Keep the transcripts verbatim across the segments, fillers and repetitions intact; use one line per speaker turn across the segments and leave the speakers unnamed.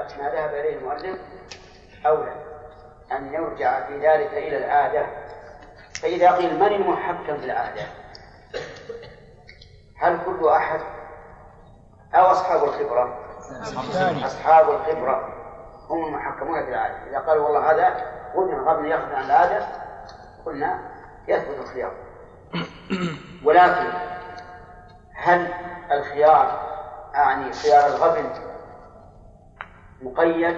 ما ذهب إليه المؤلف أولى أن يرجع في ذلك إلى العادة. فإذا قيل من المحكم بالعادة، هل كل أحد أو أصحاب الخبرة؟ أصحاب الخبرة هم المحكمون بالعادة. إذا قالوا والله هذا غبن غبن يأخذ عن العادة قلنا يثبت الخيار. ولكن هل الخيار أعني خيار الغبن مقيد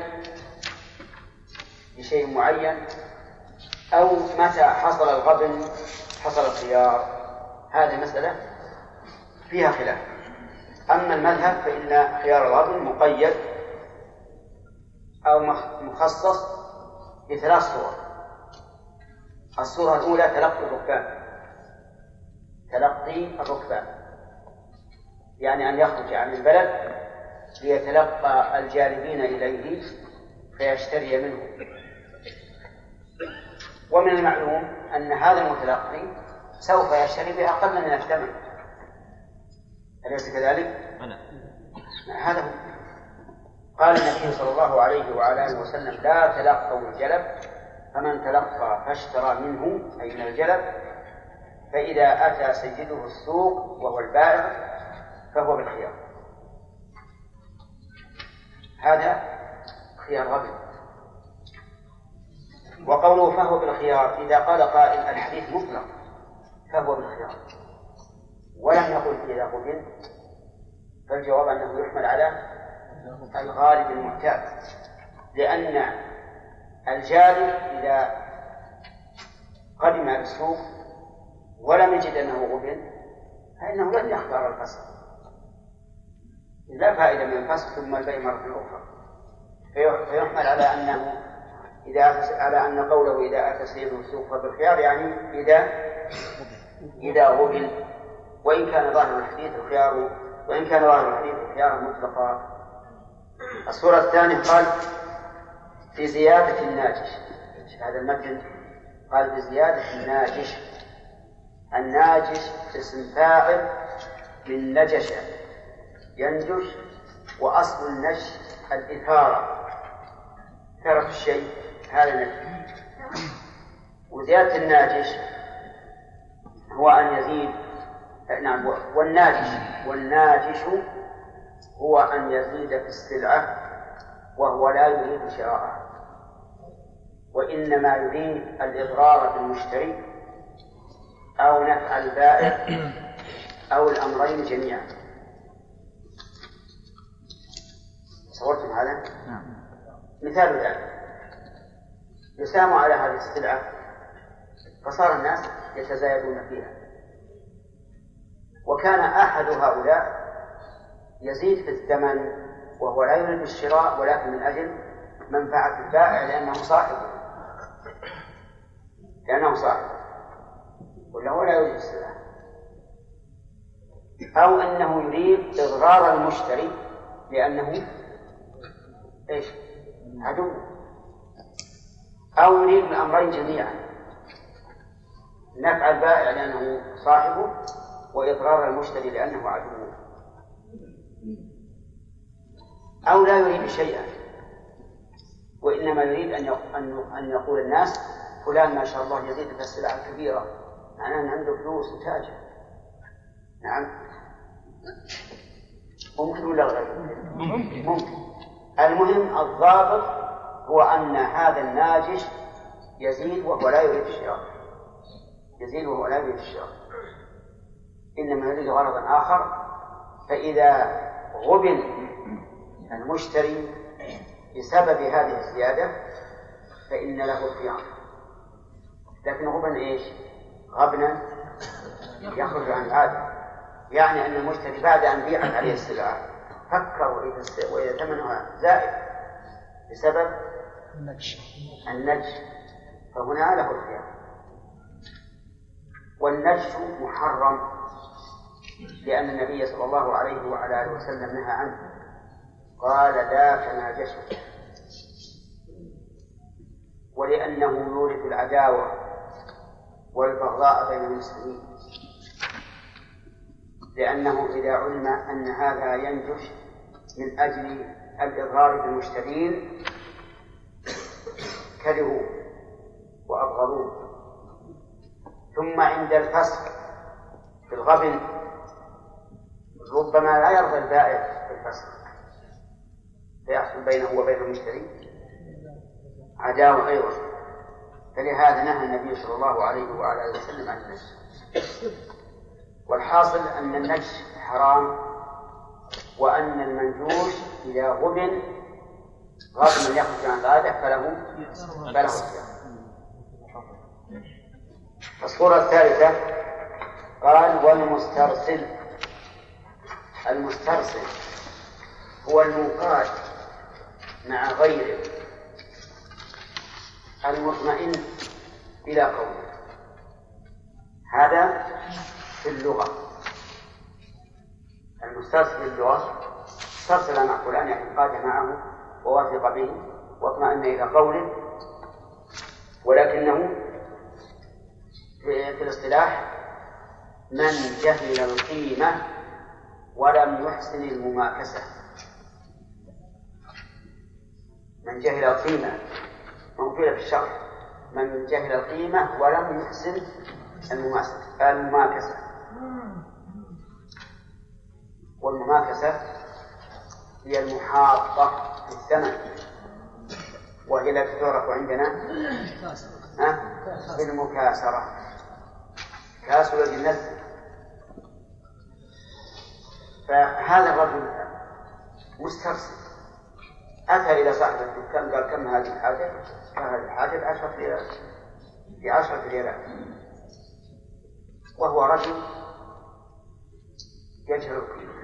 بشيء معين أو متى حصل الغبن حصل الخيار؟ هذه مسألة فيها خلاف. أما المذهب فإن خيار الغبن مقيد أو مخصص بثلاث صور. الصورة الأولى تلقي الركبان، تلقي الركبان يعني أن يخرج عن البلد ليتلقى الجالبين إليه فيشتري منه. ومن المعلوم أن هذا المتلقي سوف يشتري بأقل من الثمن، أليس كذلك؟ هذا هو. قال النبي صلى الله عليه وعلى آله وسلم لا تلقوا الجلب، فمن تلقى فاشترى منه أي من الجلب فإذا أتى سيده السوق وهو البائع فهو بالخيار. هذا خيار غبن. وقوله فهو بالخيار إذا قال قائل الحديث مطلق فهو بالخيار ولم يقل إذا غبن، فالجواب أنه يحمل على الغالب المعتاد، لأن الجالب إذا قدم السوق ولم يجد أنه غبن فإنه لن يختار الفسخ، لا فائدة من الفسخ ثم البيع مرة أخرى. فيحمل على أنه إذا على أن قوله إذا أتى سيده السوق فبالخيار يعني إذا إذا غبن، وإن كان ظاهر الحديث الخيار وإن كان ظاهر الحديث الخيار مطلقا. الصورة الثانية قال في زيادة الناجش، هذا المتن قال في زيادة الناجش. الناجش اسم فاعل من نجش ينجش، وأصل النجش الإثارة، إثارة الشيء هذا نجش. وزيادة الناجش هو أن يزيد، نعم، والناجش والناجش هو أن يزيد في السلعة وهو لا يريد شراءها، وإنما يريد الإضرار بالمشتري أو نفع البائع أو الأمرين جميعا. صورتم هذا؟ مثال ذلك يسام على هذه السلعة فصار الناس يتزايدون فيها، وكان أحد هؤلاء يزيد في الثمن وهو لا يريد الشراء ولكن من أجل منفعة البائع لأنه صاحبه لأنه صاحبه ولا هو لا يريد السلعة، أو أنه يريد إضرار المشتري لأنه إيش عدو، أو يريد الأمرين جميعا، نفع البائع لأنه صاحبه وإضرار المشتري لأنه عدو، أو لا يريد شيئا وإنما يريد أن يقول الناس فلان ما شاء الله يزيد في السلعة الكبيرة معناه أن عنده فلوس وتاجر. نعم ممكن ولا غير ممكن. ممكن. المهم الضابط هو أن هذا الناجش يزيد وهو لا يريد الشراء، يزيد وهو لا يريد الشراء، إنما يريد غرضا آخر. فإذا غبن المشتري بسبب هذه الزيادة فإن له الخيار، لكن غبن إيش؟ غبنا يخرج عن العادة، يعني أن المشتري بعد أن بيعت عليه السلعة فكر وإذا ثمنها زائد بسبب النجش فهنا له الخيار. والنجش محرم لأن النبي صلى الله عليه وعلى آله وسلم نهى عنه، قال لا تناجشوا، ولأنه يورث العداوة والبغضاء بين المسلمين، لأنه إذا علم أن هذا ينجش من أجل الإضرار بالمشترين كرهوا وأبغضوه. ثم عند الفسخ في الغبن ربما لا يرضى البائع بالفسخ فيحصل بينه وبين المشتري عداوة أيضا، فلهذا نهى النبي صلى الله عليه وعلى آله وسلم عن النجش. والحاصل أن النجش حرام، وأن المنجوش إذا غبن غبن من يخرج عن العادة فله فله الصيام. الصورة الثالثة قال والمسترسل. المسترسل هو المنقاد مع غيره المطمئن إلى قوله. هذا في اللغة. المسترسل في اللغة استرسل مع فلان يعني قاد معه ووافق به واطمئن إلى قوله، ولكنه في الاصطلاح من جهل القيمة ولم يحسن المماكسة. من جهل القيمة موجودة في الشرع، من جهل القيمة ولم يحسن المماكسة. والمماكسة هي المحاطة في الثمن، وهي التي تعرف عندنا بالمكاسرة، كاسر النزل. فهذا الرجل مسترسل أتى إلى صاحب الدكان قال كم هذه الحاجة؟ قال هذه الحاجة بعشرة ريالات بعشرة ريالات، وهو رجل يجهل القيمة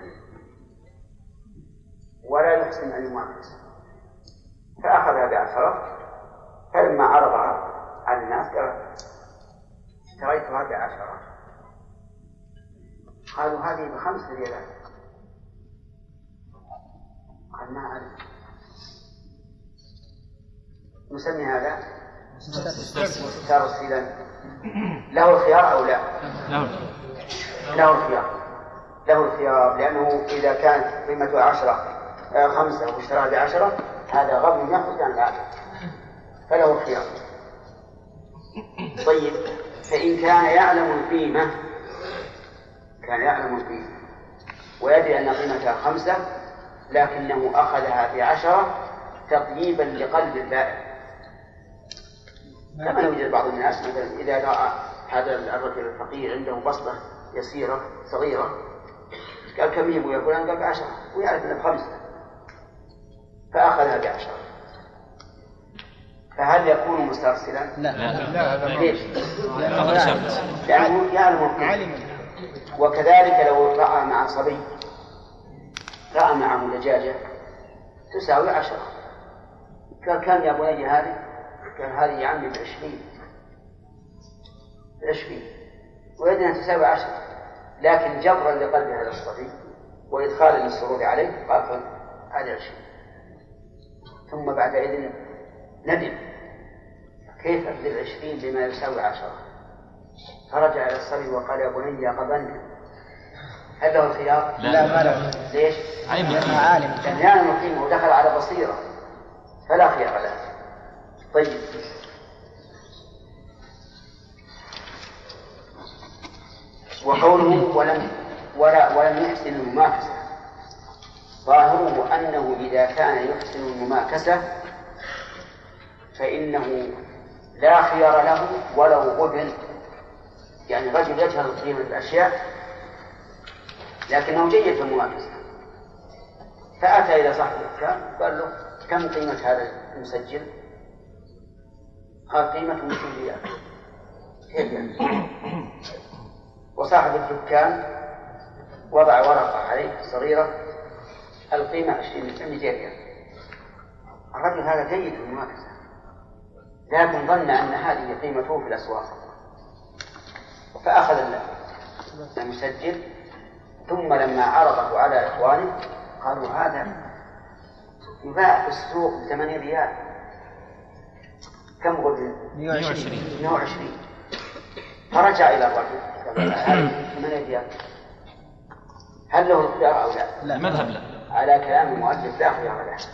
ولا يحسن أن يماكس، فأخذها بعشرة. فلما عرضها على الناس قال اشتريتها بعشرة. قالوا هذه بخمس ريالات. قال ما أعرف. نسمي هذا مسترسلا. له الخيار أو لا؟ له الخيار. له الخيار لأنه إذا كانت قيمته عشرة خمسة واشتراها بعشرة هذا غبن يخرج عن العادة، فله الخيار. طيب، فإن كان يعلم القيمة كان يعلم القيمة ويدري أن قيمتها خمسة لكنه أخذها بعشرة تطييبا لقلب البائع، كما يوجد بعض الناس مثلا إذا رأى هذا الرجل الفقير عنده بصلة يسيرة صغيرة قال كم هي يا فلان؟ قال بعشرة، ويعرف أنها بخمسة فأخذها بعشرة. فهل يكون مسترسلا؟
لا لا.
ليش؟ لأنه يعلم القيمة. وكذلك لو رأى مع صبي رأى معه دجاجة تساوي عشرة قال كم يا بني هذه؟ قال هذه يا عمي بعشرين بعشرين، ويدري أن تساوي عشرة، لكن جبرا لقلب هذا الصبي وإدخالا للسرور عليه قال هذه عشرين. ثم بعد إذن ندم كيف أبذل عشرين بما يساوي عشرة، فرجع إلى الصبي وقال يا بني قبلنا. هل له الخيار؟
لا ما له.
ليش؟
لأنه عالم،
لأن يعلم القيمة ودخل على بصيرة فلا خيار له. طيب، وقوله ولم ولا ولم يحسن المماكسة ظاهره أنه إذا كان يحسن المماكسة فإنه لا خيار له ولو غبن. يعني رجل يجهل قيمة الأشياء لكنه جيد في المماكسة، فأتى إلى صاحب الدكان قال له كم قيمة هذا المسجل؟ قال قيمته مئتين ريال. كيف يعني؟ وصاحب الدكان وضع ورقة عليه صغيرة القيمة عشرين ريال. الرجل هذا جيد في المماكسة لكن ظن أن هذه قيمته في الأسواق، فأخذ المسجل ثم لما عرضه على إخوانه قالوا هذا يباع في السوق بثمانين ريال. كم غد؟
مئة وعشرين.
مئة وعشرين. فرجع إلى الرجل هذه ثمانين ريال، هل له اختيار أو لا؟
لا.
المذهب لا.
على كلام المؤلف لا خيار له.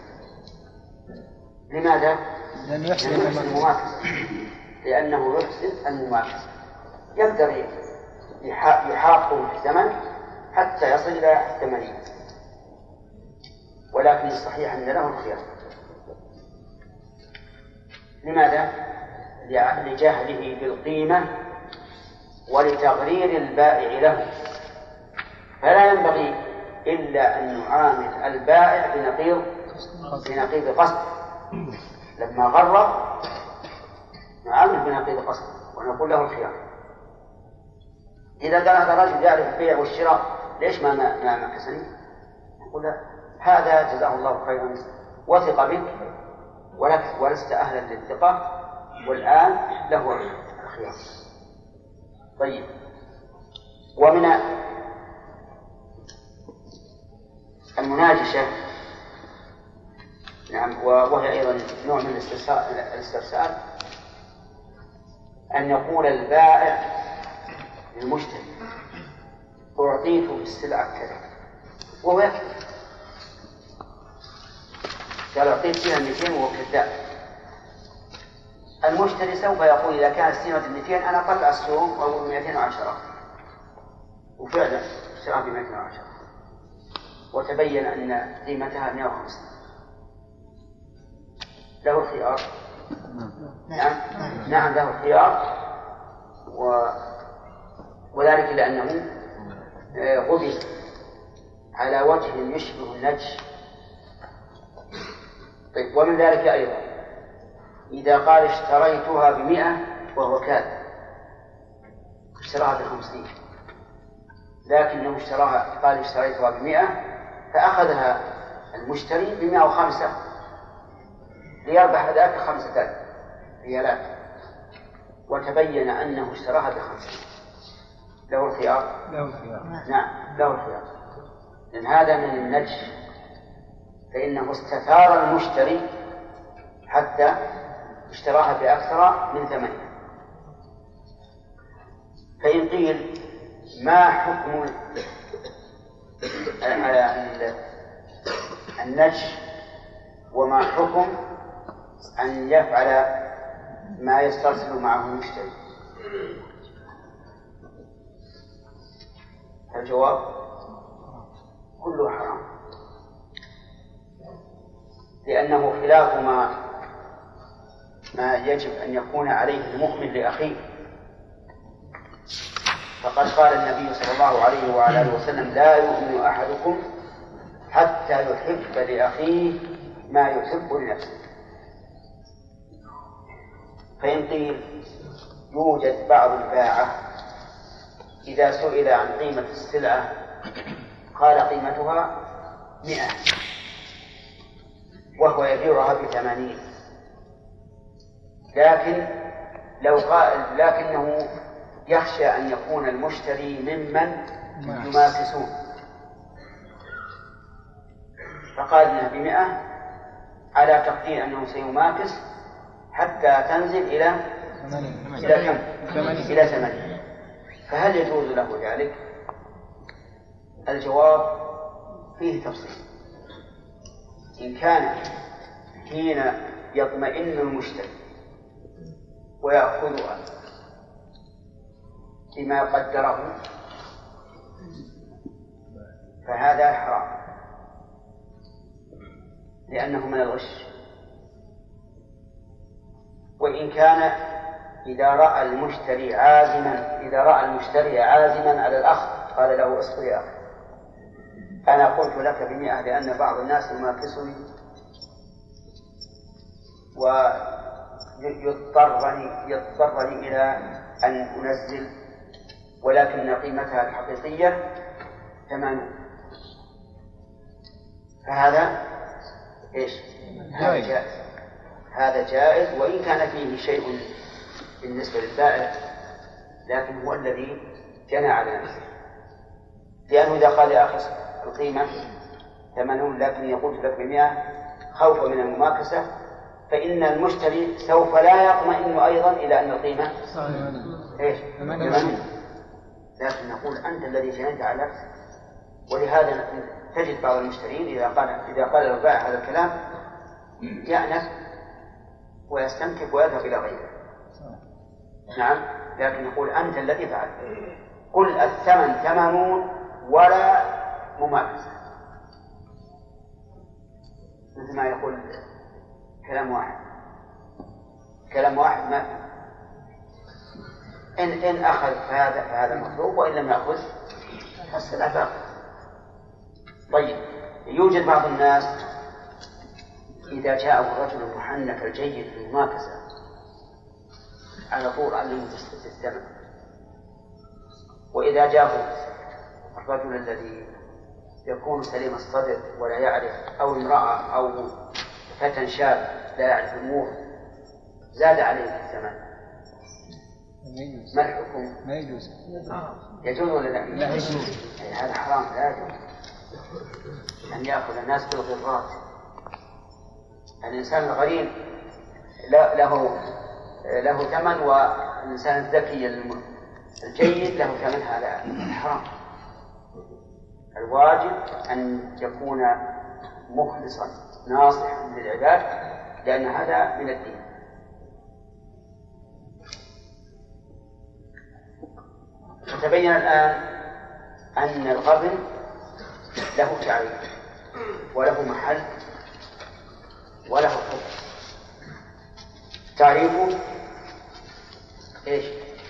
لماذا؟
لأنه يحسن
المماكسة، لأنه يحسن المماكسة، يقدر يحاقه في الزمن حتى يصل إلى الثمانين، ولكن الصحيح أن له الخيار. لماذا؟ لجهله بالقيمة ولتغرير البائع له، فلا ينبغي إلا أن نعامل البائع بنقيض بنقيض قصد. لما غرر نعامل بنقيض قصد ونقول له الخيار. إذا قال هذا الرجل يعرف البيع والشراء ليش ما ما ما حسني؟ نقول له هذا جزاه الله خيرا وثق بك ولك ولست أهلا للثقة والآن له الخيار. طيب، ومن المناجشة نعم وهي أيضا نوع من الاسترسال أن يقول البائع للمشتري أعطيته بالسلعة كذا وهو يكذب، قال أعطيت فيها مئتين وهو كذاب. المشتري سوف يقول إذا كانت قيمة مئتين أنا قطع السوم أو مئتين وعشرة، وفعلا اشتراها بمئتين وعشرة وتبين أن قيمتها مئة وخمسين، له الخيار. نعم نعم له الخيار، و... وذلك لأنه غبي على وجه يشبه النجش. طيب، ومن ذلك أيضا إذا قال اشتريتها بمئة وهو كاذب، اشتراها بخمسين، لكنه اشتراها قال اشتريتها بمئة فأخذها المشتري بمئة وخمسة ليربح ذاك خمسة آلاف ريالات، وتبين أنه اشتراها بخمسين، له الخيار.
له الخيار.
نعم له الخيار، لأن هذا من النجش، فإنه استثار المشتري حتى اشتراها بأكثر من ثمانية. فإن قيل ما حكم النجش وما حكم أن يفعل ما يسترسل معه المشتري؟ الجواب كله حرام، لأنه خلاف ما ما يجب أن يكون عليه المؤمن لأخيه. فقد قال النبي صلى الله عليه وعلى آله وسلم لا يؤمن أحدكم حتى يحب لأخيه ما يحب لنفسه. فإن قيل يوجد بعض الباعة إذا سئل عن قيمة السلعة قال قيمتها مئة وهو يبيعها بثمانين، لكن لو قال لكنه يخشى أن يكون المشتري ممن يماكسون، فقال إنها بمئة على تقدير أنه سيماكس حتى تنزل إلى إلى كم؟ إلى ثمانين. فهل يجوز له ذلك؟ الجواب فيه تفصيل. إن كان حين يطمئن المشتري ويأخذها بما قدره فهذا حرام، لأنه من الغش. وإن كان إذا رأى المشتري عازما إذا رأى المشتري عازما على الأخذ قال له اصبر يا أخي أنا قلت لك بمئة لأن بعض الناس يماكسني ويضطرني يضطرني إلى أن أنزل، ولكن قيمتها الحقيقية ثمانون، فهذا إيش؟ هذا جائز. هذا جائز وإن كان فيه شيء بالنسبة للبائع، لكن هو الذي جنى على نفسه، لأنه إذا قال يا أخي القيمة ثمانون لكن قلت لك بمئة خوفا من المماكسة، فإن المشتري سوف لا يطمئن أيضا إلى أن القيمة إيش؟ ثمانون، لكن نقول أنت الذي جنيت على نفسك. ولهذا تجد بعض المشترين إذا قال إذا قال البائع هذا الكلام يأنف ويستنكف ويذهب إلى غيره. نعم، لكن يقول أنت الذي فعلت، قل الثمن ثمنون ولا مماكسة، مثل ما يقول كلام واحد كلام واحد ما في. إن إن أخذ فهذا فهذا مطلوب، وإن لم يأخذ فالسلعة باقية. طيب، يوجد بعض الناس إذا جاءه الرجل المحنك الجيد في المماكسة على طول علمه الثمن، وإذا جاءه الرجل الذي يكون سليم الصدر ولا يعرف، أو امرأة أو فتى شاب لا يعرف الأمور، زاد عليه الثمن، ما الحكم؟
ما يجوز.
يجوز ولا لا؟
لا يجوز.
هذا حرام، لا يجوز أن يأخذ الناس بالغرات. الإنسان الغريب له له ثمن، والإنسان الذكي الجيد له ثمن، هذا حرام. الواجب أن يكون مخلصا ناصحا للعباد، لأن هذا من الدين. تبين الآن أن الغبن له تعريف وله محل وله حكم. تعريفه إيش؟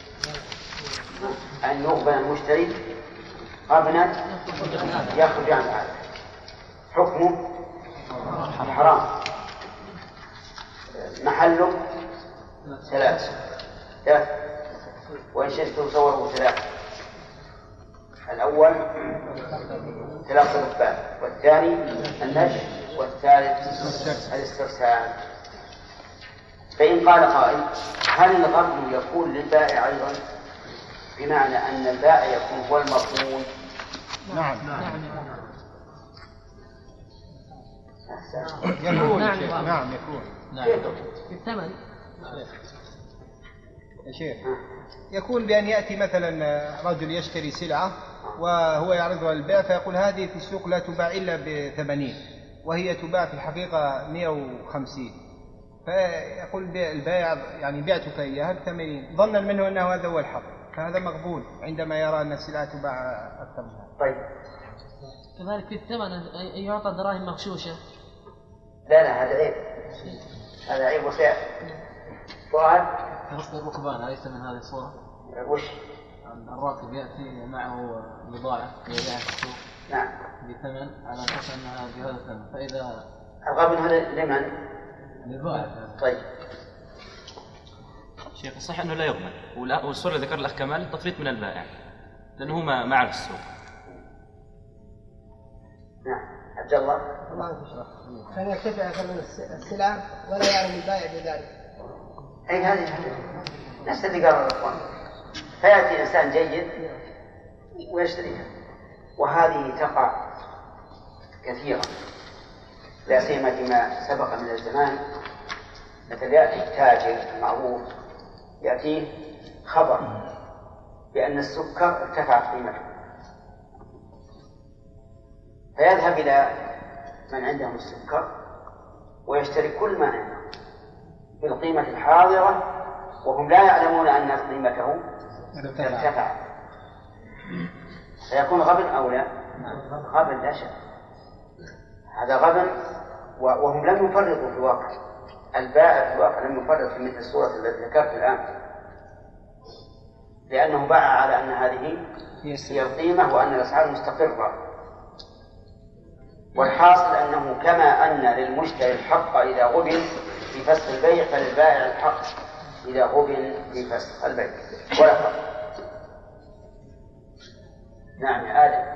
أن يغبن المشتري غبنا يخرج عن هذا. حكمه حرام. محله ثلاث ثلاث وإن شئت تصوره ثلاث. الأول تلقي الإثبات، والثاني النشر، والثالث الاسترسال. فإن قال قائل هل الغبن يكون للبائع أيضا، بمعنى أن البائع يكون هو المضمون؟
نعم يكون. نعم يكون.
في الثمن
يا شيخ يكون بأن يأتي مثلا رجل يشتري سلعة وهو يعرضها للبيع، فيقول هذه في السوق لا تباع إلا بثمانين وهي تباع في الحقيقة مئة وخمسين، فيقول البائع يعني بعتك إياها بثمانين ظنا منه أنه هذا هو الحق، فهذا مقبول عندما يرى أن السلعة تباع أكثر منها.
طيب،
كذلك في الثمن أن يعطى دراهم مغشوشة.
لا لا هذا عيب، هذا عيب وسائل. وعد
قصد الركبان أليس من هذه الصورة؟
وش؟
الراكب يأتي معه بضاعة يبيعها في السوق
نعم
بثمن على أساس أنها بهذا الثمن، فإذا
الغبن هذا لمن؟
للبائع.
طيب
شيخ الصحيح أنه لا يضمن، والصورة اللي ذكر الأخ كمال تفريط من البائع لأنه ما ما عرف السوق.
نعم عبد الله.
الله يشرح. كان يرتفع ثمن السلعة ولا يعلم البائع بذلك.
أي هذه نفس اللي قال الأخوان، فيأتي إنسان جيد ويشتريها، وهذه تقع كثيرا لا سيما فيما سبق من الزمان. مثل يأتي التاجر المعروف يأتيه خبر بأن السكر ارتفعت قيمته، فيذهب إلى من عندهم السكر ويشتري كل ما عنده بالقيمة الحاضرة، وهم لا يعلمون أن قيمته ارتفعت، فيكون غبن أو لا؟ غبن لا شك، هذا غبن، وهم لم يفرطوا في الواقع. البائع في الواقع لم يفرط في مثل الصورة التي ذكرت الآن، لأنه باع على أن هذه هي القيمة وأن الأسعار مستقرة. والحاصل أنه كما أن للمشتري الحق إذا غبن في فسخ البيع، فللبائع الحق إذا غبن في فسخ البيع ولا فرق. نعم يا آدم.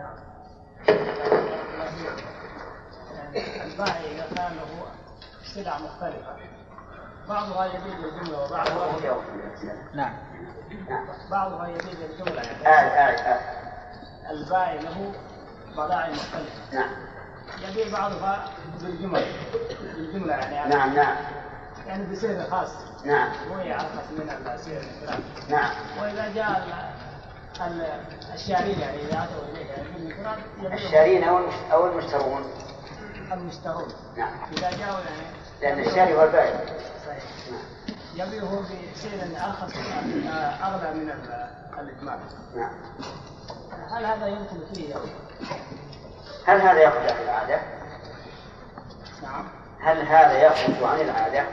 البائع إذا كان له سلع مختلفة بعضها يبيع بالجملة وبعضها
نعم
بعضها يبيع بالجملة، يعني
آه آه آه.
البائع له بضائع مختلفة،
نعم
يبيع بعضها بالجملة بالجملة يعني
نعم نعم
يعني بسعر خاص،
نعم
هو يعرف من السعر الفلاني.
نعم.
وإذا جاء الشارين يعني إذا أتوا إليك يعني
الشارين أو أو المشترون.
المشترون.
نعم.
إذا جاءوا يعني.
لأن الشاري هو البائع.
صحيح. يبيعه بسعر أرخص أغلى من الإجمال.
نعم.
هل هذا يمكن فيه؟
هل هذا يخرج عن العادة؟
نعم.
هل هذا يخرج عن العادة؟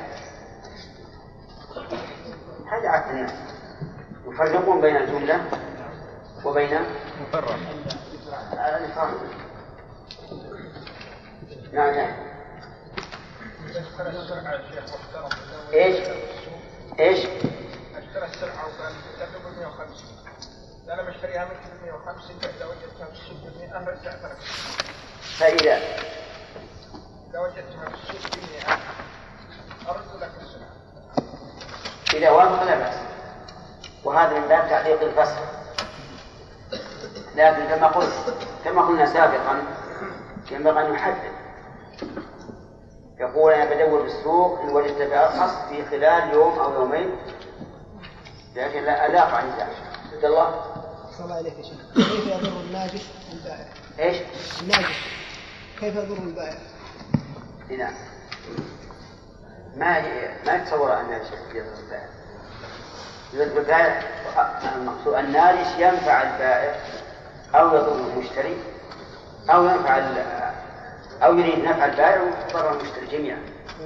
هذا عادة الناس يفرقون بين الجملة وبين
مفرق.
الإفراد. نعم نعم. ايش؟ ايش؟
اشترى السلعة وقال تبلغ ب مئة وخمسين. أنا بشتريها منك ب مئة وخمسين إذا وجدتها في السوق ب مئة أنا سأترك.
فإذا
إذا وجدتها في السوق ب مئة أرد لك السلعة.
إذا وافق لا بأس. وهذا من باب تعليق الفصل. لكن كما قلت كما قلنا سابقا ينبغي أن نحدد. يقول أنا بدور بالسوق إن وجدت بأرخص في خلال يوم أو يومين لكن لا ألاق عن ذلك. عبد الله.
صلى الله عليك يا شيخ. كيف يضر الناجش البائع؟
إيش؟
الناجش كيف يضر البائع؟
نعم. ما ما يتصور أن الناجش يضر البائع. يضر البائع المقصود الناجش ينفع البائع أو يضر المشتري أو ينفع أو يريد نفع البائع ويضر المشتري جميعا.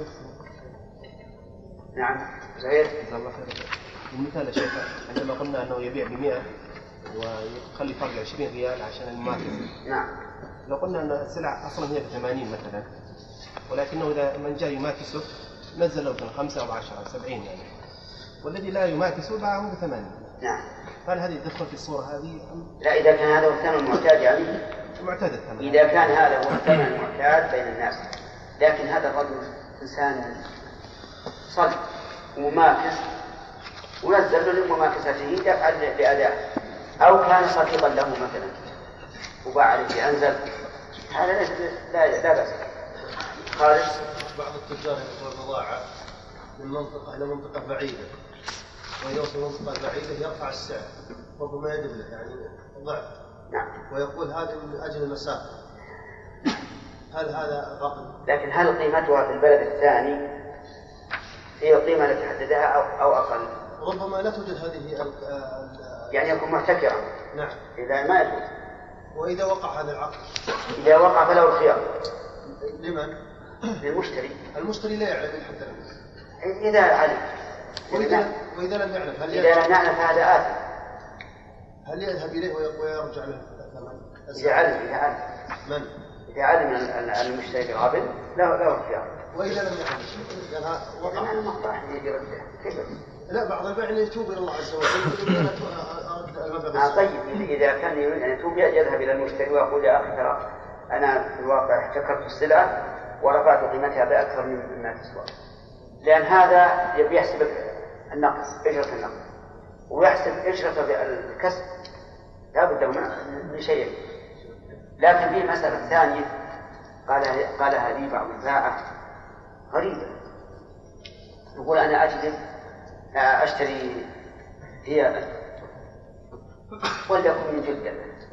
نعم. زهير.
جزاه الله خير. المثال يا شيخ عندما قلنا أنه يبيع بمئة ويخلي فرق عشرين ريال عشان المنافس.
نعم.
لو قلنا أن السلعة أصلا هي بثمانين مثلا ولكنه إذا من جاء يماكسه نزل له خمسة أو عشرة أو سبعين يعني والذي لا يماكسه باعه بثمانين.
نعم.
هل هذه تدخل في الصورة هذه؟
لا إذا كان هذا هو الثمن المعتاد يعني.
معتاد الثمن.
إذا كان هذا هو الثمن المعتاد بين الناس لكن هذا الرجل إنسان صلب ومماكس ونزل له لمماكسته يفعل بأداء أو كان صديقا له مثلا وباع عليه أنزل هذا لا لا بأس. خالد.
بعض التجار ينقلون البضاعة من منطقة إلى منطقة بعيدة ويوصل منطقة بعيدة يرفع السعر ربما يدبله يعني ضعف.
نعم.
ويقول هذا من أجل المسافة. هل هذا غلط؟
لكن هل قيمتها في البلد الثاني هي القيمة التي حددها أو أو أقل؟
ربما لا توجد هذه ال
يعني يكون محتكرا.
نعم.
إذا ما يجوز.
وإذا وقع هذا العقد.
إذا وقع فله الخيار.
لمن؟
للمشتري.
المشتري لا يعلم حتى الآن.
إذا علم.
وإذا وإذا لم يعلم هل
إذا لم يعلم فهذا آثم.
هل يذهب إليه ويرجع له الثمن؟
إذا علم إذا علم.
من؟
إذا علم المشتري بالغابن له له الخيار.
وإذا لم يعلم قال وقع.
أنا ما راح يجي رده. كيف؟
لا بعض البائع يتوب إلى الله عز وجل يقول
أنا طيب إذا كان يريد أن يتوب يذهب إلى المشتري ويقول يا أخي ترى أنا في الواقع احتكرت السلعة ورفعت قيمتها بأكثر مما تسوى لأن هذا يبي يحسب النقص أجرة النقص ويحسب أجرة الكسب لا بد من شيء. لكن في مسألة ثانية قال قالها لي بعض الباعة غريبة يقول أنا أجلب أشتري ثيابا وليكن من جلدة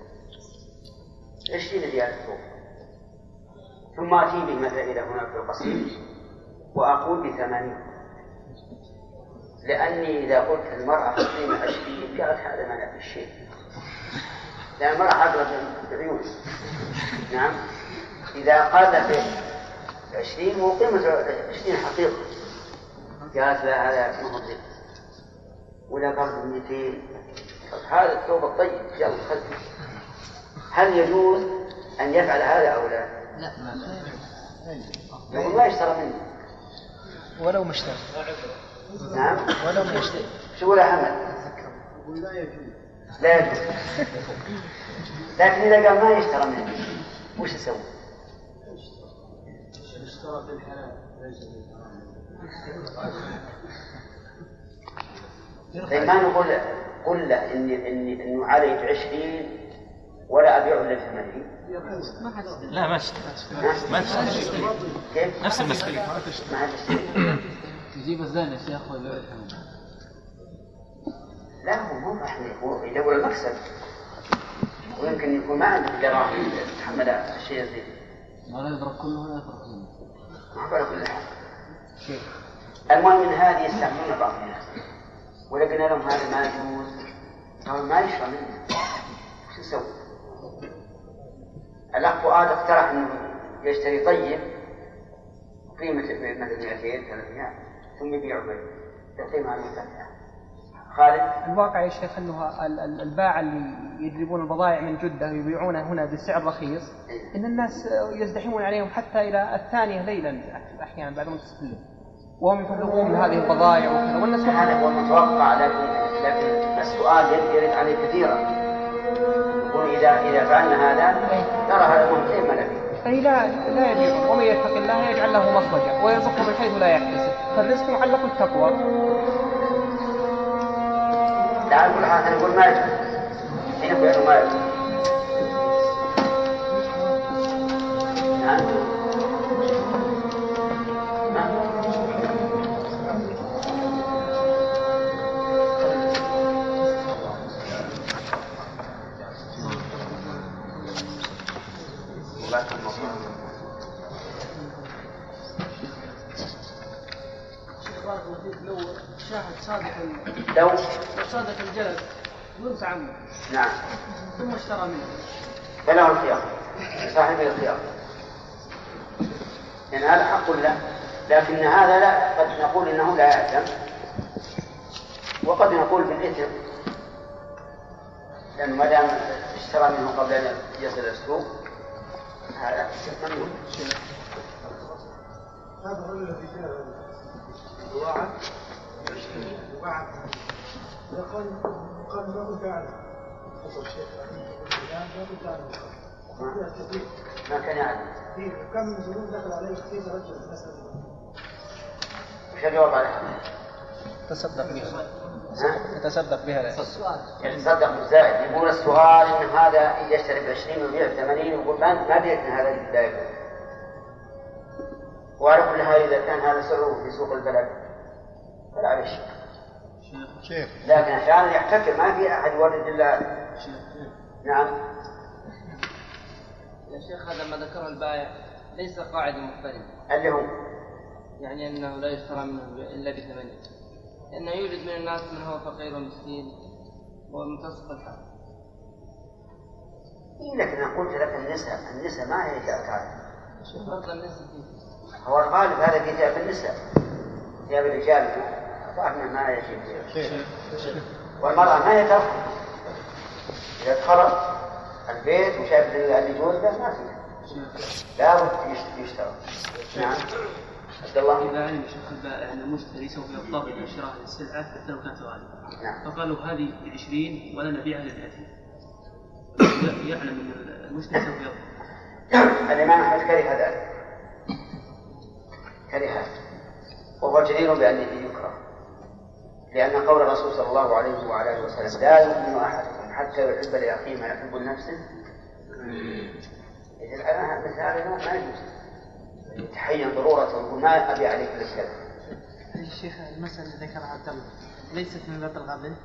عشرين ريال الثوب ثم أتي به مثلا إلى هنا في القصيم وأقول بثمانين لأني إذا قلت المرأة تقيم عشرين قالت هذا ما نفي الشيء لأن المرأة عبرت بعيون. نعم. إذا قال عشرين وقيمة عشرين حقيقة قالت لا هذا ما هو زين ولا قال مئتين هذا الثوب الطيب جاء خلفه. هل يجوز أن يفعل هذا أو لا؟
لا لا
يقول ما يشترى منه
ولو مشترى.
نعم.
ولو ما يشتري.
شو ولا حمل؟
لا يجوز.
لا يجوز. لكن إذا قال ما يشترى منه وش يسوي؟
اشترى في الحلال ليس
طيب ما نقول قل له إني إني إنه عليك عشرين ولا أبيعه إلا بثمانين.
لا ما اشتري ما اشتري
كيف؟
نفس المسألة
ما اشتري.
يجيب الزين يا شيخ ويبيع الثمن.
لا هو مو فاهم، هو يدور المكسب، ويمكن يكون ما عنده دراهم يتحمل الشيء زي
ما لا يضرب كله ولا يضرب كله.
ما على كل حال. المهم من هذه يستعملون بعض الناس، ولكن لهم هذا ما يجوز، قالوا ما يشرى منه، شو يسوي؟ الأخ فؤاد اقترح أنه يشتري طيب قيمة مثل مئتين ثلاثمائة ثم يبيعه به تقييمها المرتفعة. خالد؟
الواقع يا شيخ أنه الباعة اللي يجلبون البضائع من جدة ويبيعونها هنا بسعر رخيص إن الناس يزدحمون عليهم حتى إلى الثانية ليلا أحيانا بعد ما تصلي وهم يفرغون هذه البضائع وكذا والناس.
هذا هو المتوقع، لكن لكن السؤال يرد عليه كثيرا، وإذا إذا فعلنا هذا ترى هذا مهم ما نبي.
أي لا لا يبيع، ومن يتق الله يجعل له مخرجا ويرزقه من حيث لا يحتسب، فالرزق معلق بالتقوى.
لا نقول هذا نقول ما يجوز، حين يقول ما يجوز. نعم.
لو شاهد صادق
لو
صادق الجلد بدون تعمد
نعم
ثم اشترى منه
فله الخيار، صاحب الخيار، يعني هذا حق له، لكن هذا لا، قد نقول انه لا يأثم وقد نقول بالإثم، لأنه ما دام اشترى منه قبل أن يصل السوق هذا ممنوع.
هذا الرجل الذي جاء وعد وعد يقول قال ما كنت أعلم أقول شيخ ما كنت أعلم
ما كان يعلم
كم من زمن دخل عليه كيف رجل نسأل
وش الجواب عليه؟
تصدق بها يتصدق بها
يتصدق بالزائد. يقول السؤال إن هذا يشتري بعشرين ويبيع بثمانين ويقول ما بيعتنا هذا لا يجوز، وعلى كل حال إذا كان هذا سعره في سوق البلد فلا عليه شيء.
شيخ
لكن عشان يحتكر ما في أحد يورد إلا نعم.
يا شيخ هذا ما ذكره البائع ليس قاعدة مختلفة
اللي هو
يعني أنه لا يشترى منه إلا بثمانين، لأنه يوجد من الناس من هو فقير ومسكين ومنتصف الحال.
إيه لكن أنا قلت لك النساء النساء ما هي تعرف
شوف فرق النساء فيه.
هو الغالب هذا في ثياب النساء، ثياب الرجال طبعا ما يجب، والمرأة ما هي ترفض إذا دخلت البيت وشاف اللي جوز له ما فيه لا بد يشترى. نعم عبد الله.
إذا علم شيخ البائع أن المشتري سوف يضطر إلى شراء السلعة حتى لو كانت غالية،
نعم.
فقالوا هذه بعشرين ولا نبيعها بثلاثين، يعلم أن المشتري سوف يضطر.
الإمام أحمد كره ذلك، كره، وهو جدير بأن يكره، لأن قول الرسول صلى الله عليه وعلى آله وسلم لا يؤمن أحدكم حتى يحب لأخيه ما يحب لنفسه. إذا الآن مثل هذا ما يجوز يتحين ضرورة ويقول ما أبي عليك بالكذا.
الشيخ المسألة اللي ذكرها عبد الله ليست من باب الغبن،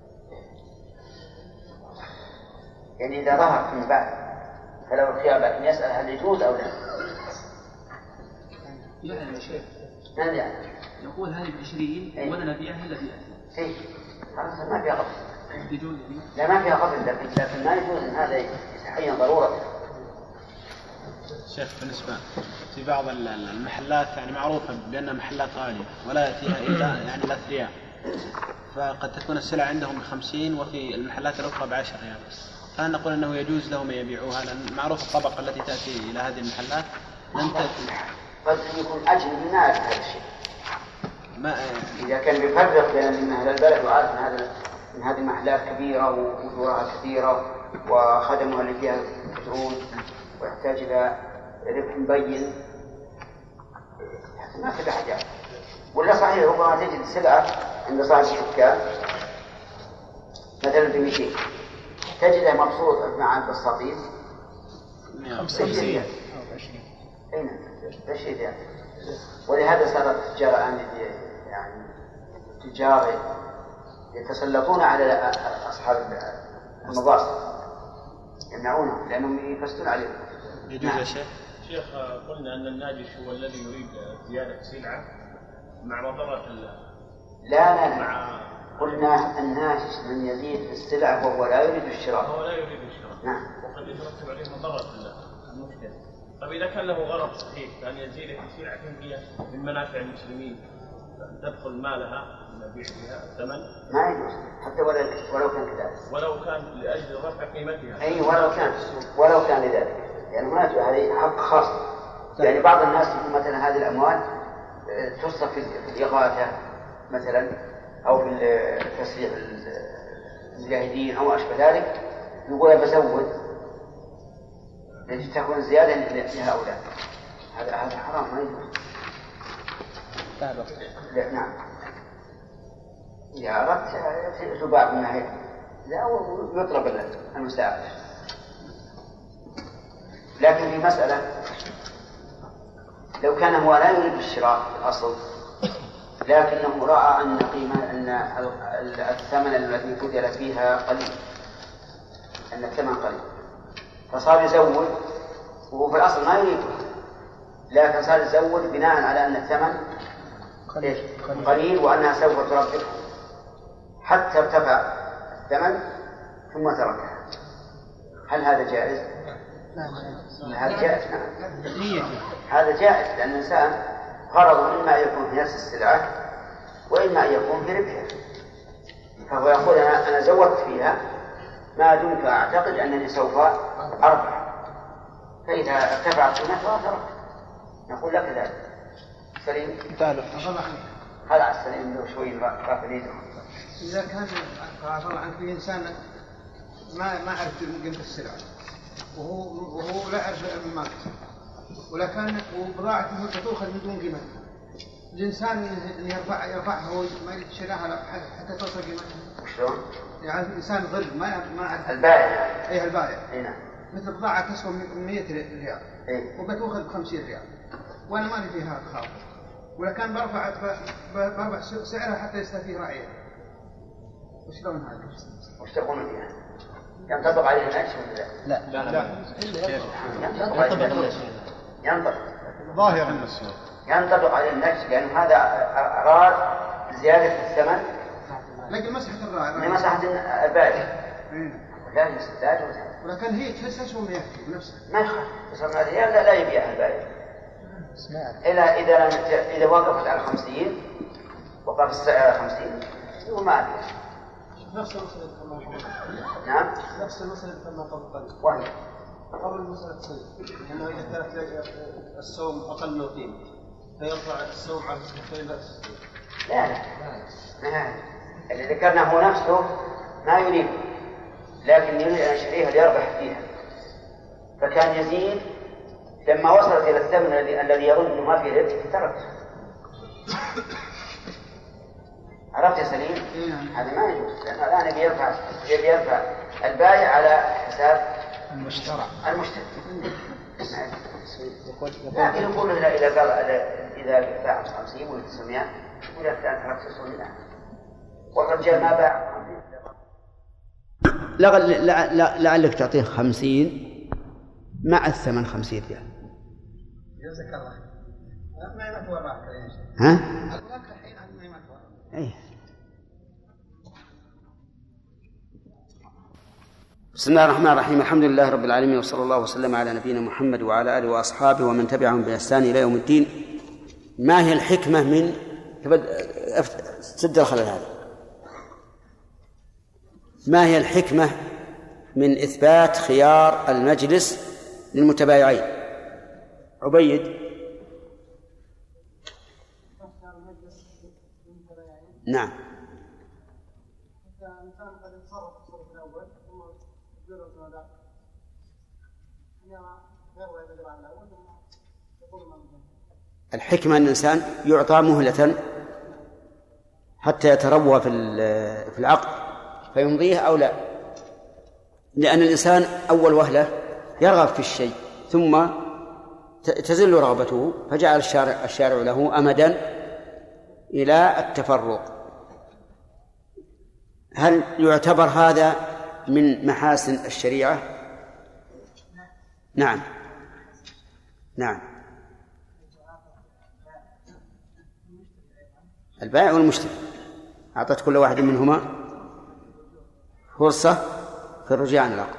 يعني إذا ظهر من بعد فلو الخيار لكن يسأل هل يجوز أو لا.
يعلم يا شيخ
ما يعني
يقول هذه بعشرين ولا نبيعها إلا بثلاثين.
إيه هذا ما فيها غبن.
يجوز
لا ما فيها غبن، لكن لكن ما يجوز أن هذا يتحين ضرورة.
شيخ بالنسبة في بعض المحلات يعني معروفة بأنها محلات غالية ولا يأتيها إلا يعني الأثرياء، فقد تكون السلعة عندهم بخمسين وفي المحلات الأخرى بعشر ريال، فهل نقول أنه يجوز لهم يبيعوها لأن معروف الطبقة التي تأتي إلى هذه المحلات لن تأتي؟
قد يكون أجنبي ما يعرف هذا الشيء.
ما
إذا كان بيفرق بين أهل البلد وعارف أن هذا من هذه المحلات كبيرة وأجورها كثيرة وخدمها اللي فيها كثرون ويحتاج إلى ربح مبين ما في أحد يعرف. ولا صحيح ربما تجد سلعة عند صاحب الدكان مثلا بمئتين تجدها مبسوط مع البساطين
خمسين
أين بشيء يعني. ولهذا صارت التجارة الآن يعني تجارة يتسلطون على أصحاب المضاصر يمنعونهم لأنهم يفسدون عليهم.
يجوز يا شيخ؟
شيخ قلنا أن الناجش هو الذي يريد زيادة سلعة مع مضرة
لا لا لا قلنا الناجش من يزيد في السلع وهو لا يريد الشراء.
هو لا يريد الشراء.
نعم.
وقد يترتب عليه مضرة المشتري. طيب إذا كان له غرض صحيح كان يزيد في سلعة هي من منافع المسلمين تدخل مالها نبيع فيها الثمن
ما يجوز حتى ولو ولو كان كذلك.
ولو كان لأجل رفع قيمتها.
أي ولو كان ولو كان لذلك يعني ما هذه حق خاص. يعني بعض الناس يقول مثلا هذه الأموال تصرف في الإغاثة مثلا أو في تسريع المجاهدين أو أشبه ذلك يقول بزود لأن تكون زيادة لهؤلاء. هذا هذا حرام ما يجوز. لا نعم. إذا أردت تباع من ناحية لا يطلب المساعدة. لكن في مسألة لو كان هو لا يريد الشراء في الأصل لكنه رأى أن قيمة أن الثمن الذي بذل فيها قليل أن الثمن قليل فصار يزود وهو في الأصل ما يريده لكن صار يزود بناء على أن الثمن قليل وأنها سوف تربحه حتى ارتفع الثمن ثم تركها. هل هذا جائز؟ هذا جائز. نعم. هذا جائز لأن الإنسان غرضه إما يكون في نفس السلعة وإما يكون في ربحها فهو يقول أنا, أنا زودت فيها ما دمت أعتقد أنني سوف أربح فإذا ارتفعت قيمتها تركت. نقول لك ذلك سليم. هذا على السليم له شوي رافع يده.
إذا كان عفوا عنك في إنسان ما ما عرف قيمة السلعة وهو وهو لا يعرف الماركت ولكن وبضاعته تأخذ من دون قيمتها الإنسان يرفع يرفعها هو ما يشتريها حتى توصل قيمتها.
وشلون؟
يعني إنسان غير ما ما عرف
البائع.
أيه البائع.
أي نعم.
مثل بضاعة تسوى مئة ريال.
إيه.
وبتأخذ بخمسين ريال وأنا ما لي فيها خاطر ولكن برفع برفع سعرها حتى يستفيد رأيه. وشلون هذا؟
وش تقولون فيها؟ ينطبق عليه النجش ولا
لا؟ لا لا.
ينطبق عليه النجش. ينطبق.
ظاهر النصوص.
ينطبق عليه النجش لأن هذا أراد زيادة الثمن.
لكن مسحة الرائع.
لمسحة البائع. لا يستاج
ولكن هي تسوى مئة بنفسها.
ما يخالف. تصمم الريال لا لا يبيعها البائع. إلا إذا لم إذا وقفت على خمسين وقف السعر على خمسين وما أدري.
نفس المسألة كما قبل.
نعم.
نفس المسألة كما قبل قليل.
وين؟
قبل المسألة قليل. لأنه إذا كانت الصوم أقل من القيمة فيرفع الصوم على السنتين بس.
لا لا. لا. اللي ذكرنا هو نفسه ما يريد لكن يريد أن يشتريها ليربح فيها فكان يزيد لما وصلت إلى الثمن الذي يظن أنه ما فيه ربح تركه. عرفت يا سليم؟ هذا ما يجوز لأنه الآن بيرفع بيرفع البائع على حساب
المشترى
المشتري. لكن يقول إذا إذا قال إذا باع خمسين ولا تسعمائة ولا كان ترك تسعمائة والرجال ما باع
لعلك تعطيه خمسين مع الثمن خمسين ريال.
جزاك الله. ما يمت وراك
ها؟
أقولك الحين ما يمت وراك.
أيه.
بسم الله الرحمن الرحيم. الحمد لله رب العالمين وصلى الله وسلم على نبينا محمد وعلى آله وأصحابه ومن تبعهم بإحسان إلى يوم الدين. ما هي الحكمة من سد الخلل هذا؟ ما هي الحكمة من إثبات خيار المجلس للمتبايعين؟ عبيد. نعم. الحكمة أن الإنسان يعطى مهلة حتى يتروى في العقد فيمضيه أو لا، لأن الإنسان أول وهلة يرغب في الشيء ثم تزل رغبته فجعل الشارع, الشارع له أمدا إلى التفرق.
هل يعتبر هذا من محاسن الشريعة؟ نعم نعم البائع والمشتري أعطت كل واحد منهما فرصة في الرجوع عن العقد.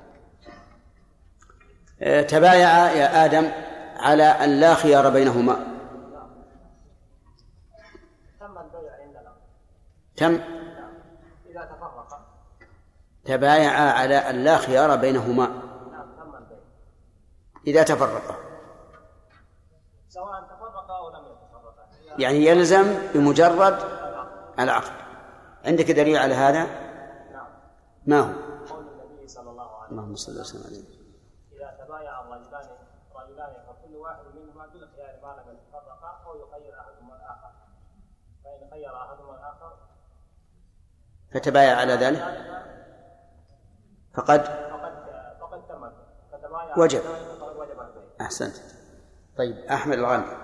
تبايع يا آدم على أن لا خيار بينهما. تم
إذا تفرقا
تبايع على أن لا خيار بينهما إذا تفرقا،
سواء تفرقا أو لم يتفرقا،
يعني يلزم بمجرد العقد. عندك دليل على هذا؟ ما هو؟
قول النبي صلى الله عليه
اللهم صل وسلم عليه
إذا تبايع الرجلان رجلان فكل واحد منهما بالخيار ما لم يتفرقا أو يخير أحدهما الآخر، فإن خير أحدهما الآخر
فتبايع على ذلك فقد
فقد تم فتبايع
وجب.
وجب.
أحسنت. طيب أحمد الغامدي،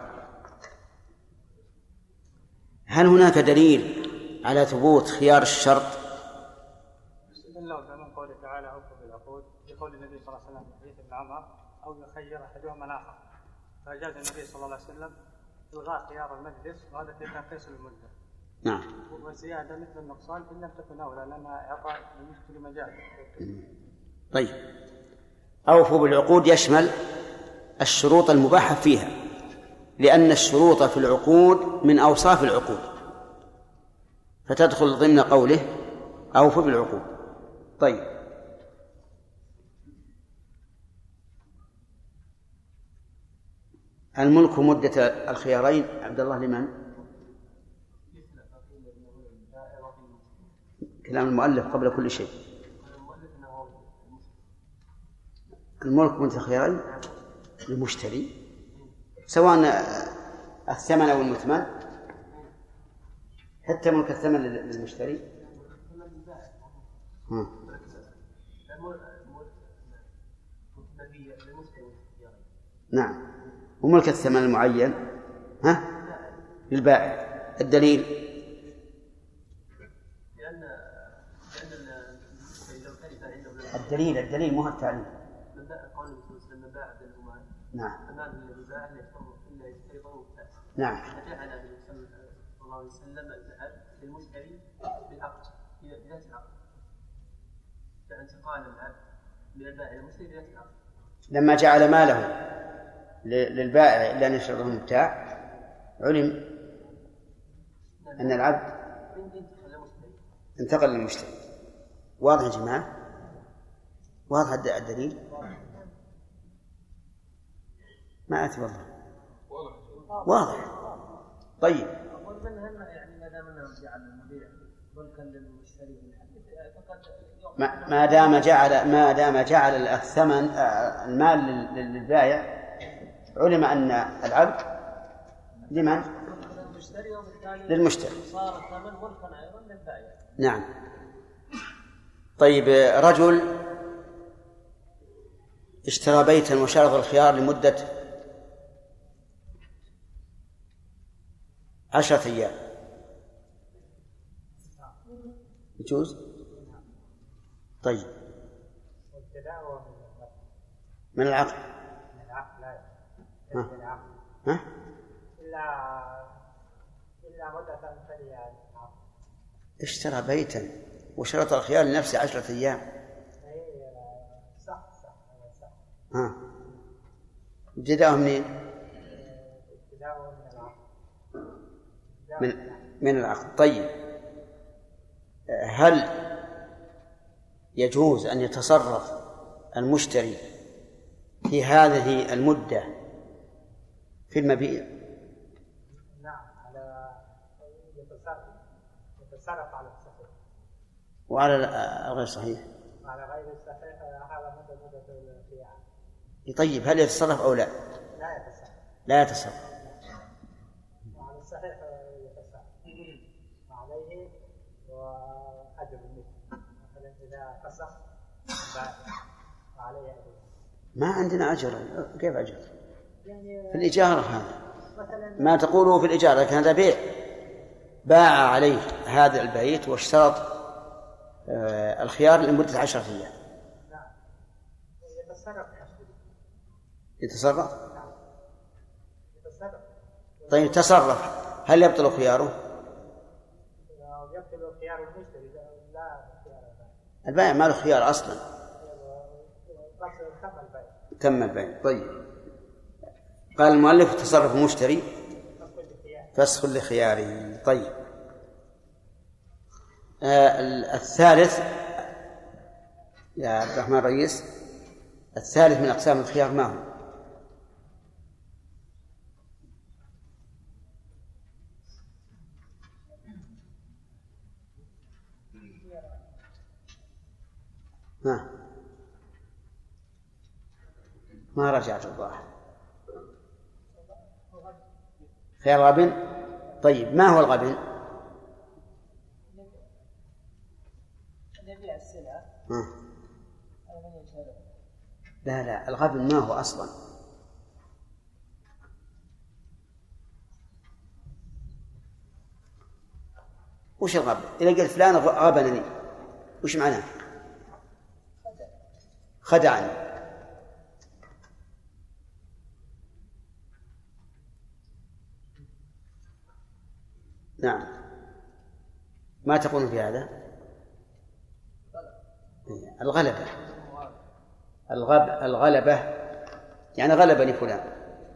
هل هناك دليل على ثبوت خيار الشرط؟
الله من قوله تعالى أوفوا بالعقود، بقول النبي صلى الله عليه وسلم في حديث ابن عمر أو يخير أحدهما الآخر، فأجاز النبي صلى الله عليه وسلم إلغاء خيار المجلس، وهذا في تنقيص المدة.
نعم.
والزيادة مثل النقصان إن لم تكن أولى لأنها إعطاء للمشتري مجال.
طيب أوفوا بالعقود يشمل الشروط المباحة فيها، لأن الشروط في العقود من أوصاف العقود، فتدخل ضمن قوله أوفوا بالعقود. طيب الملك مدة الخيارين عبد الله لمن؟ كلام المؤلف قبل كل شيء. الملك مدة الخيارين للمشتري سواء الثمن أو المثمن، حتى ملك الثمن للمشتري. ها. نعم. وملك الثمن المعين ها للبائع. الدليل الدليل الدليل مو التعليل. نعم نعم.
فجعل النبي صلى الله عليه وسلم الذهب للمشتري بالعقد بذات العقد، فانتقال العبد من البائع للمشتري بذات العقد.
لما جعل ماله للبائع إلا أن يشرطه المبتاع علم أن العبد انتقل للمشتري. واضح يا جماعة؟ واضح الدليل؟ ما أتي والله واضح. طيب ما دام جعل ما دام جعل الثمن المال للبائع علم أن العبد لمن؟ للمشتري.
صار الثمن ملكا أيضا للبائع.
نعم. طيب رجل اشترى بيتا وشرط الخيار لمدة عشرة أيام يجوز؟ طيب من العقد؟
من العقد لا
ها؟
ها؟ إلا إلا مدة ثانية.
اشترى بيتا وشرط الخيار لنفسه عشرة أيام.
صح صح صح.
ها ابتداءه منين؟
ابتداءه من العقد.
من من العقد. طيب هل يجوز أن يتصرف المشتري في هذه المدة في المبيع؟
نعم على يتصرف يتصرف على الصحيح
وعلى الغير صحيح.
على غير الصحيح هذا مدة مدة الخيار.
طيب هل يتصرف أو لا؟
لا يتصرف.
لا يتصرف.
وعلى الصحيح يتصرف عليه وأجر مثل مثلا إذا فسخ عليه أجر.
ما عندنا أجر. كيف أجر؟ في الإجارة هذا ما تقوله في الإجارة، لكن هذا بيع. باع عليه هذا البيت واشترط آه الخيار لمدة عشرة أيام. يتصرف؟ طيب تصرف، هل يبطل خياره؟
يبطل خيار المشتري لا
البائع ما له خيار أصلا. تم البيع. طيب قال المؤلف تصرف المشتري فسخ لخياره. طيب آه الثالث يا عبد الرحمن رئيس، الثالث من أقسام الخيار ما هو؟ ها ما رجعت الظاهر. خيار الغبن. طيب ما هو الغبن؟ لا لا الغبن ما هو أصلا. وش الغبن؟ إذا قلت فلان غبنني وش معناه؟ خدعني. نعم ما تقول في هذا؟ الغلبة. الغب الغلبة يعني غلبني فلان.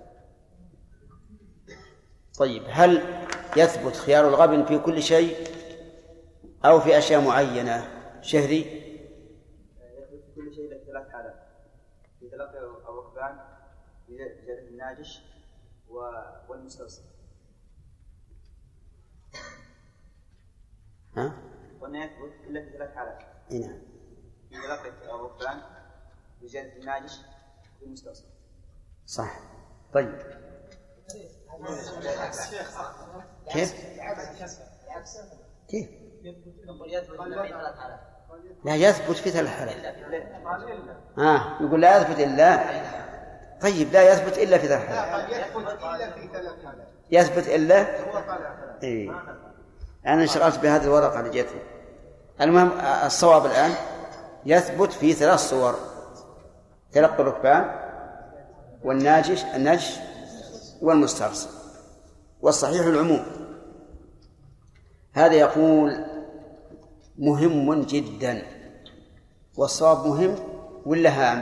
طيب هل يثبت خيار الغبن في كل شيء أو في أشياء معينة؟ شهري
يثبت في كل شيء ثلاث حالات: في تلقي الركبان، في جلد الناجش، والمستوصف.
ها؟
قلنا يثبت إلا في ثلاث حالات.
نعم.
في تلقي الركبان، في جلد الناجش، والمستوصف.
صح. طيب كيف؟ كيف؟ لا يثبت في ثلاث حالات. آه يقول لا يثبت إلا. طيب لا يثبت إلا في ثلاث حالات. يثبت إلا. إيه. أنا انشغلت بهذه الورقة اللي جتني. المهم الصواب الآن يثبت في ثلاث صور: تلقي الركبان، والناجش النجش، والمسترسل. والصحيح العموم. هذا يقول مهم جدا، والصواب مهم ولا هام؟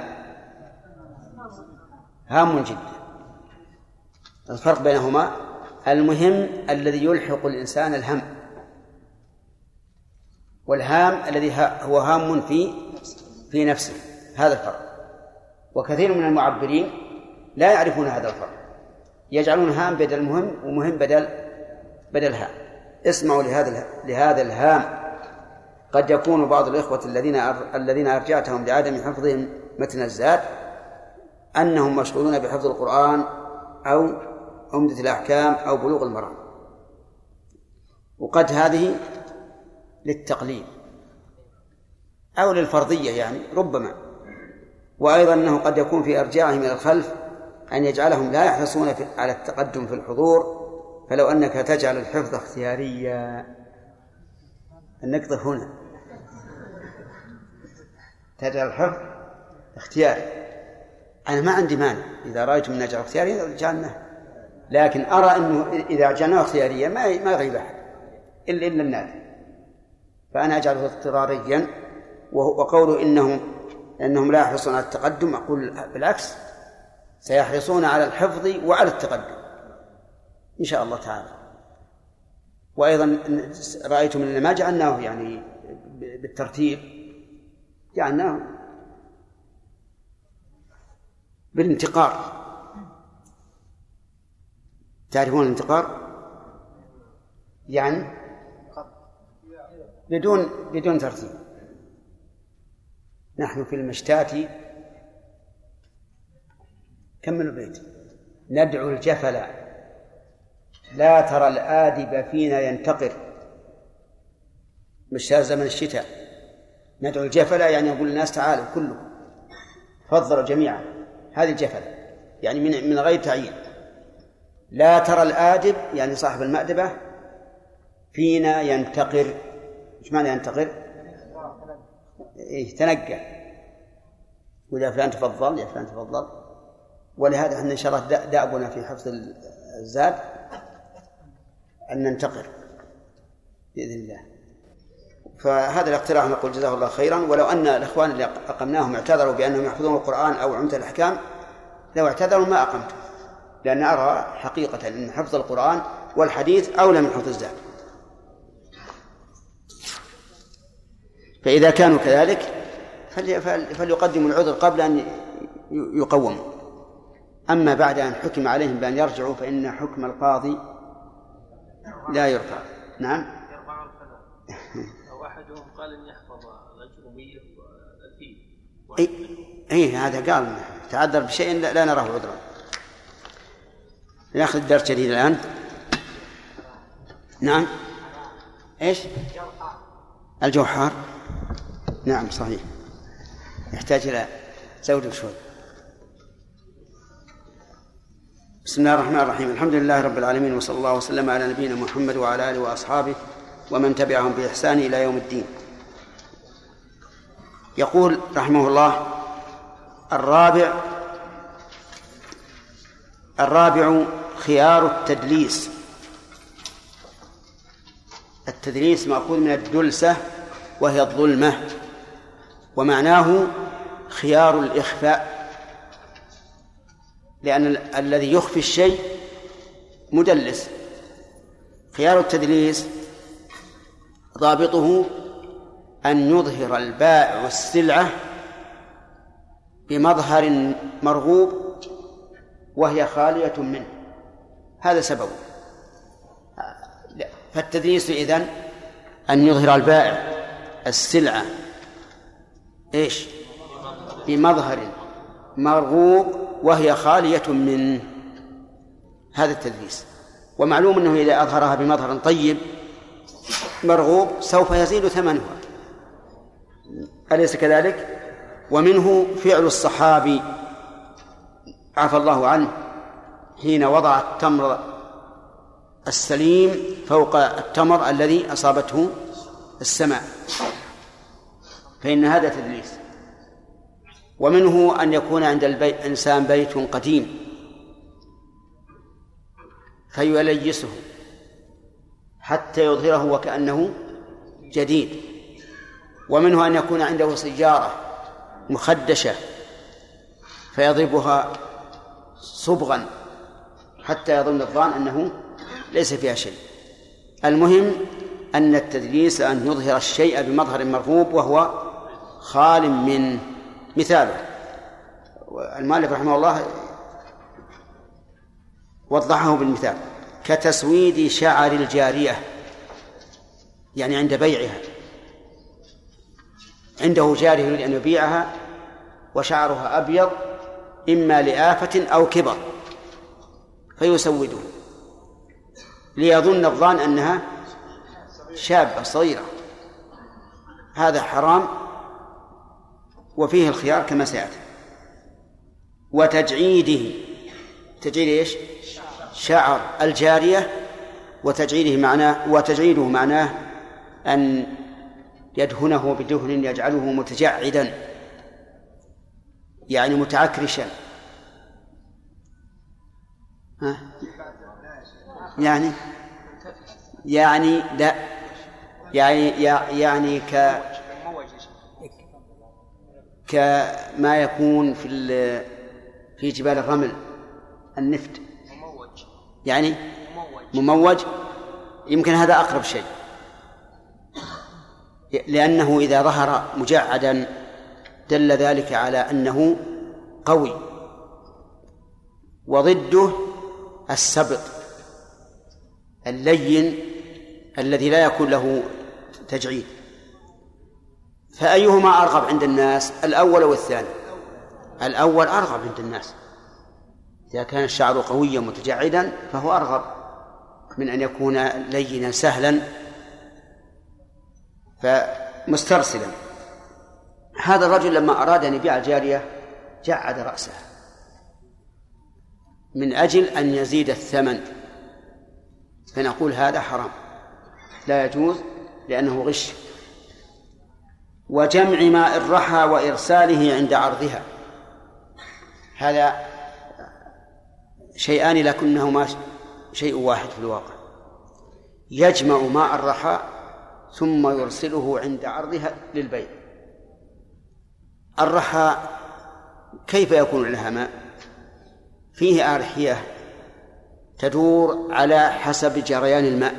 هام جدا. الفرق بينهما المهم الذي يلحق الإنسان الهم، والهام الذي هو هام في في نفسه. هذا الفرق. وكثير من المعبرين لا يعرفون هذا الفرق، يجعلون هام بدل مهم ومهم بدل بدل هام. اسمعوا لهذا لهذا الهام. قد يكون بعض الإخوة الذين الذين أرجعتهم لعدم حفظهم متن الزاد أنهم مشغولون بحفظ القرآن أو عمدة الأحكام أو بلوغ المرام، وقد هذه للتقليد أو للفرضية يعني ربما. وأيضا أنه قد يكون في إرجاعهم إلى الخلف أن يجعلهم لا يحرصون على التقدم في الحضور. فلو أنك تجعل الحفظ اختياريا، النقطة هنا، تجعل الحفظ اختياري. أنا ما عندي مانع إذا رأيت من نجعل اختياري جعلناه، لكن أرى أنه إذا جعلناه اختياريا ما ما يغيب أحد إلا إلا النادي، فأنا أجعله اضطراريا. وقوله إنهم أنهم لا يحرصون على التقدم، أقول بالعكس، سيحرصون على الحفظ وعلى التقدم إن شاء الله تعالى. وأيضا رأيت من ما جعلناه يعني بالترتيب، جعلناه بالانتقار. تعرفون الانتقار؟ يعني بدون بدون ترتيب. نحن في المشتات كملوا البيت: ندعو الجفل لا ترى الآدب فينا ينتقر. مشتات زمن الشتاء، ندعو الجفل يعني يقول الناس تعالوا كلكم فضلوا جميعا. هذه الجفل يعني من من غير تعيين. لا ترى الآدب يعني صاحب المأدبة فينا ينتقر. ايش معنى ينتقر؟ إيه تنقى، ويا فلان تفضل يا فلان تفضل. ولهذا احنا إن شاء الله دأبنا في حفظ الزاد أن ننتقل بإذن الله. فهذا الاقتراح نقول جزاه الله خيرا. ولو أن الإخوان اللي أقمناهم اعتذروا بأنهم يحفظون القرآن أو عمدة الأحكام لو اعتذروا ما أقمته، لأن أرى حقيقة أن حفظ القرآن والحديث أولى من حفظ الزاد. فإذا كانوا كذلك فليقدموا العذر قبل أن يقوموا. أما بعد أن حكم عليهم بأن يرجعوا فإن حكم القاضي لا يرفع. نعم.
يرفع الفلاح. أو أحدهم قال إن يحفظ الأجرمية والألفية.
أي أي هذا قال تعذر بشيء لا نراه عذرا. نأخذ الدرس جديد الآن. نعم. إيش؟ الجوحار. نعم صحيح، يحتاج إلى زود شوي. بسم الله الرحمن الرحيم. الحمد لله رب العالمين، وصلى الله وسلم على نبينا محمد وعلى آله وأصحابه ومن تبعهم بإحسان إلى يوم الدين. يقول رحمه الله: الرابع الرابع خيار التدليس. التدليس مأخوذ من الدلسة وهي الظلمة، ومعناه خيار الإخفاء، لأن ال- الذي يخفي الشيء مدلس. خيار التدليس ضابطه أن يظهر البائع السلعة بمظهر مرغوب وهي خالية منه، هذا سببه. فالتدليس إذن أن يظهر البائع السلعة إيش بمظهر مرغوب وهي خالية منه، هذا التدليس. ومعلوم أنه إذا أظهرها بمظهر طيب مرغوب سوف يزيد ثمنها، أليس كذلك؟ ومنه فعل الصحابي عفى الله عنه حين وضع التمر السليم فوق التمر الذي أصابته السماء، فإن هذا تدليس. ومنه أن يكون عند الإنسان بيت قديم فيليسه حتى يظهره وكأنه جديد. ومنه أن يكون عنده سيارة مخدشة فيضربها صبغا حتى يظن الظان أنه ليس فيها شيء. المهم أن التدليس أن يظهر الشيء بمظهر مرغوب وهو خال من. مثاله المؤلف رحمه الله وضحه بالمثال: كتسويد شعر الجارية، يعني عند بيعها، عنده جارية يريد أن يبيعها وشعرها أبيض إما لآفة أو كبر فيسوده ليظن الظان أنها شابة صغيرة، هذا حرام وفيه الخيار كما سيأتي. وتجعيده، تجعيد إيش؟ شعر الجارية، وتجعيده معناه وتجعيده معناه أن يدهنه بدهن يجعله متجعدا، يعني متعكرشا. ها؟ يعني يعني لا يعني يعني ك كما يكون في في جبال الرمل النفط، يعني مموج، يمكن هذا أقرب شيء، لأنه إذا ظهر مجعدا دل ذلك على أنه قوي. وضده السبط اللين الذي لا يكون له تجعيد. فأيهما أرغب عند الناس، الأول أو الثاني؟ الأول أرغب عند الناس، إذا كان الشعر قويا متجعدا فهو أرغب من أن يكون لينا سهلا فمسترسلا. هذا الرجل لما أراد أن يبيع الجارية جعد رأسه من أجل أن يزيد الثمن، فنقول هذا حرام لا يجوز لأنه غش. وجمع ماء الرحى وإرساله عند عرضها. هذا شيئان لكنهما شيء واحد في الواقع. يجمع ماء الرحى ثم يرسله عند عرضها للبيع. الرحى كيف يكون لها ماء؟ فيه أرحية تدور على حسب جريان الماء،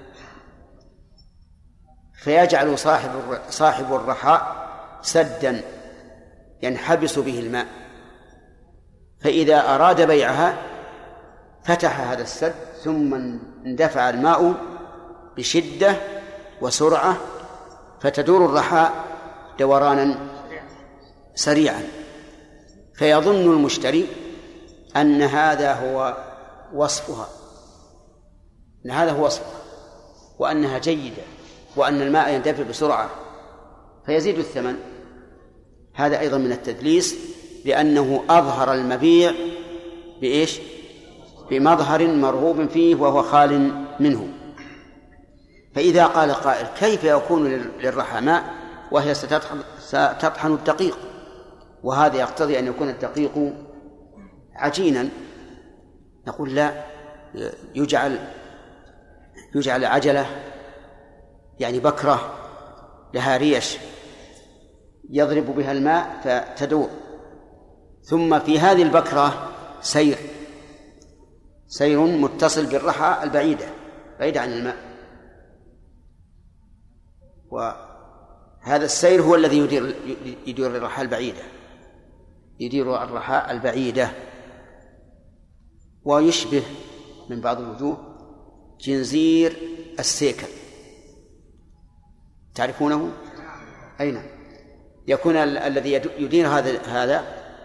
فيجعل صاحب صاحب الرحاء سدا ينحبس به الماء، فإذا أراد بيعها فتح هذا السد ثم اندفع الماء بشدة وسرعة فتدور الرحاء دورانا سريعا، فيظن المشتري أن هذا هو وصفها، أن هذا هو وصفها وأنها جيدة وأن الماء يندفع بسرعة فيزيد الثمن. هذا أيضا من التدليس، لأنه أظهر المبيع بإيش؟ بمظهر مرغوب فيه وهو خال منه. فإذا قال قائل كيف يكون للرحى ماء وهي ستطحن الدقيق، وهذا يقتضي أن يكون الدقيق عجينا، نقول لا، يجعل يجعل عجلة يعني بكرة لها ريش يضرب بها الماء فتدور، ثم في هذه البكرة سير سير متصل بالرحى البعيدة بعيدة عن الماء، وهذا السير هو الذي يدير يدير الرحى البعيدة يدير الرحى البعيدة ويشبه من بعض الوجوه جنزير السيكل، تعرفونه؟ أين يكون الذي يدير هذا هذا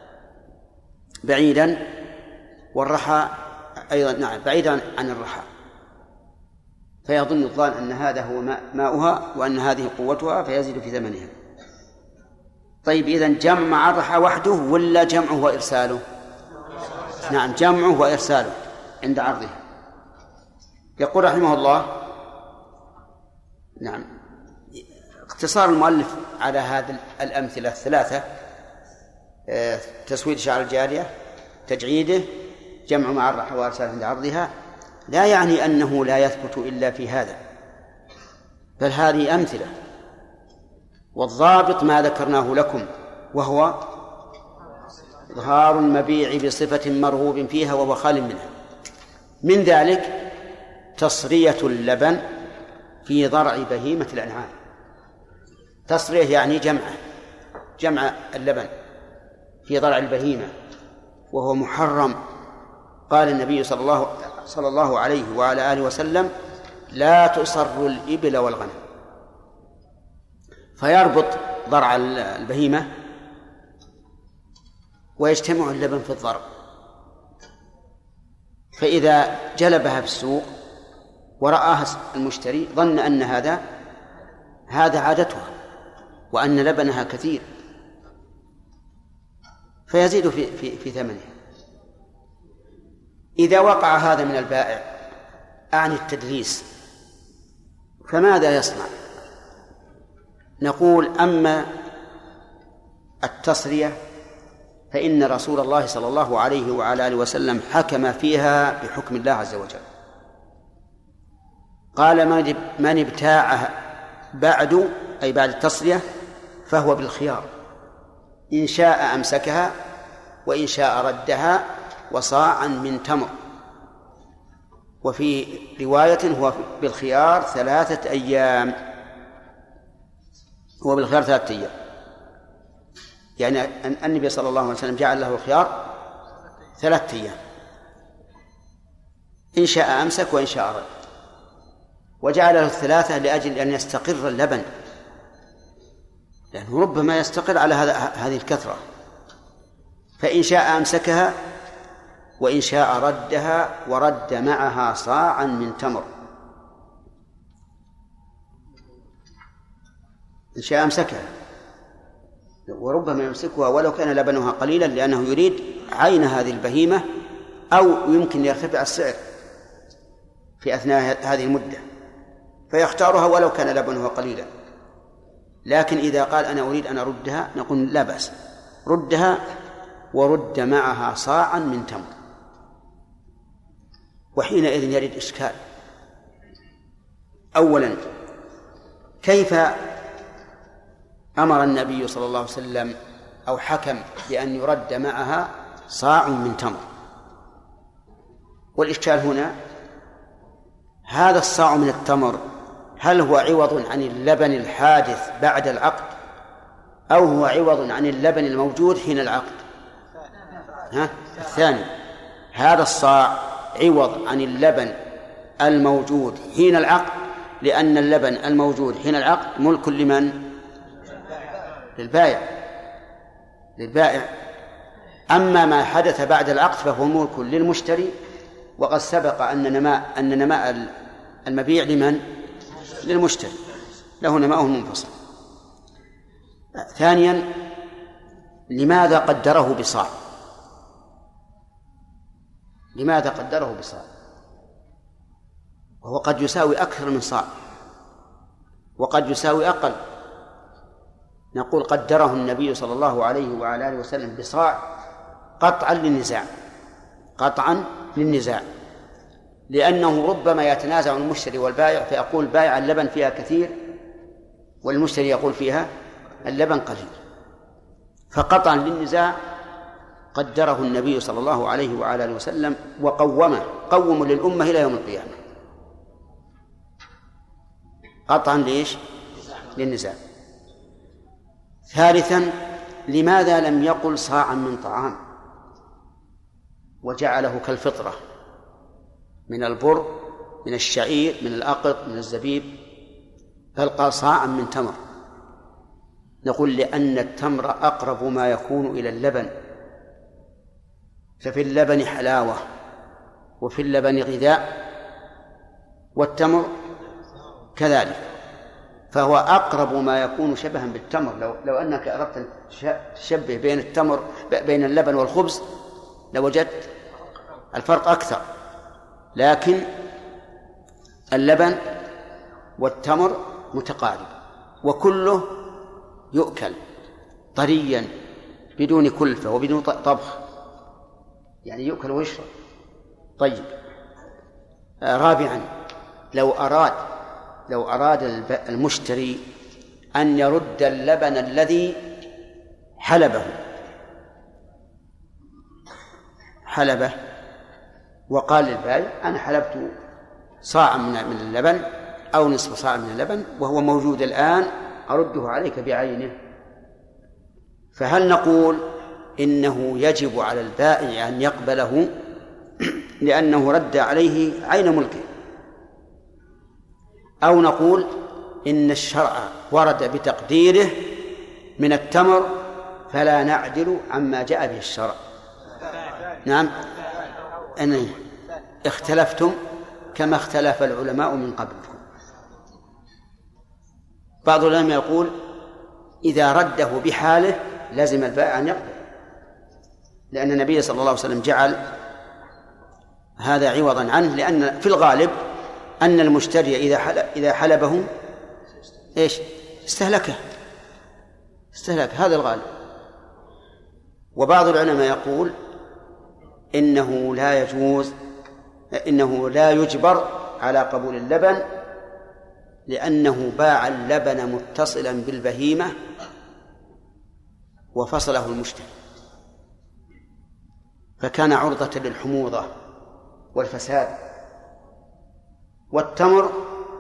بعيدا والرحى أيضا نعم بعيدا عن الرحى، فيظن الظان أن هذا هو ماؤها وأن هذه قوتها فيزيد في ثمنها. طيب إذن جمع الرحى وحده ولا جمعه وإرساله؟ نعم جمعه وإرساله عند عرضها. يقول رحمه الله نعم اختصار المؤلف على هذه الأمثلة الثلاثة: تسويد شعر الجارية، تجعيده، جمع مع الرحى وإرساله عند عرضها، لا يعني أنه لا يثبت إلا في هذا، بل هذه أمثلة، والضابط ما ذكرناه لكم وهو إظهار المبيع بصفة مرغوب فيها وهو خال منها. من ذلك تصرية اللبن في ضرع بهيمة الأنعام. تصرية يعني جمعه جمع اللبن في ضرع البهيمة وهو محرم. قال النبي صلى الله صلى الله عليه وعلى آله وسلم: لا تصر الإبل والغنم. فيربط ضرع البهيمة ويجتمع اللبن في الضرع، فإذا جلبها في السوق ورآها المشتري ظن أن هذا هذا عادتها وأن لبنها كثير فيزيد في, في, في ثمنها. إذا وقع هذا من البائع أعني التدليس فماذا يصنع؟ نقول: أما التصرية فإن رسول الله صلى الله عليه وعلى آله وسلم حكم فيها بحكم الله عز وجل. قال: من ابتاعها بعد أي بعد التصرية فهو بالخيار، إن شاء أمسكها وإن شاء ردها وصاعا من تمر. وفي رواية هو بالخيار ثلاثة أيام، هو بالخيار ثلاثة أيام، يعني النبي صلى الله عليه وسلم جعل له الخيار ثلاثة أيام، إن شاء أمسك وإن شاء رد، وجعل له الثلاثة لأجل أن يستقر اللبن، لأنه ربما يستقر على هذه الكثرة، فإن شاء أمسكها وإن شاء ردها ورد معها صاعا من تمر. إن شاء أمسكها، وربما يمسكها ولو كان لبنها قليلا لأنه يريد عين هذه البهيمة، أو يمكن يرتفع السعر في أثناء هذه المدة فيختارها ولو كان لبنها قليلا. لكن إذا قال أنا أريد أن أردها نقول لا بأس، ردها ورد معها صاعا من تمر. وحينئذ يرد إشكال. أولا، كيف أمر النبي صلى الله عليه وسلم أو حكم بأن يرد معها صاع من تمر؟ والإشكال هنا هذا الصاع من التمر هل هو عوض عن اللبن الحادث بعد العقد أو هو عوض عن اللبن الموجود حين العقد؟ ها؟ الثاني، هذا الصاع عوض عن اللبن الموجود حين العقد، لأن اللبن الموجود حين العقد ملك لمن؟ للبائع للبائع أما ما حدث بعد العقد فهو ملك للمشتري، وقد سبق أن نماء أن نماء المبيع لمن؟ للمشتري، له نماءه منفصل. ثانيا، لماذا قدره بصاع؟ لماذا قدره بصاع وهو قد يساوي أكثر من صاع وقد يساوي أقل؟ نقول قدره النبي صلى الله عليه وعلى آله وسلم بصاع قطعا للنزاع قطعا للنزاع لأنه ربما يتنازع المشتري والبائع، فيقول بائع اللبن فيها كثير والمشتري يقول فيها اللبن قليل، فقطعا للنزاع قدره النبي صلى الله عليه وعلى آله وسلم وقومه قوم للأمة إلى يوم القيامة قطعا ليش؟ للنزاع. ثالثا، لماذا لم يقل صاعا من طعام وجعله كالفطرة من البر من الشعير من الأقط من الزبيب، بل قال صاعا من تمر؟ نقول لأن التمر أقرب ما يكون إلى اللبن، ففي اللبن حلاوة وفي اللبن غذاء والتمر كذلك، فهو أقرب ما يكون شبها بالتمر. لو, لو أنك أردت تشبه بين التمر بين اللبن والخبز لوجدت الفرق أكثر، لكن اللبن والتمر متقارب وكله يؤكل طريا بدون كلفة وبدون طبخ، يعني يؤكل ويشرب. طيب، رابعا، لو أراد لو أراد المشتري أن يرد اللبن الذي حلبه حلبه وقال للبائع أنا حلبت صاعا من اللبن أو نصف صاع من اللبن وهو موجود الآن أرده عليك بعينه، فهل نقول إنه يجب على البائع أن يقبله لأنه رد عليه عين ملكه، أو نقول إن الشرع ورد بتقديره من التمر فلا نعدل عما جاء به الشرع؟ نعم، أن اختلفتم كما اختلف العلماء من قبلكم. بعض العلماء يقول إذا رده بحاله لازم البائع أن يقبل، لأن النبي صلى الله عليه وسلم جعل هذا عوضا عنه، لأن في الغالب أن المشتري إذا حلب إذا حلبه إيش استهلكه استهلك هذا الغالب. وبعض العلماء يقول إنه لا يجوز إنه لا يجبر على قبول اللبن لأنه باع اللبن متصلا بالبهيمة وفصله المشتري فكان عرضة للحموضة والفساد. والتمر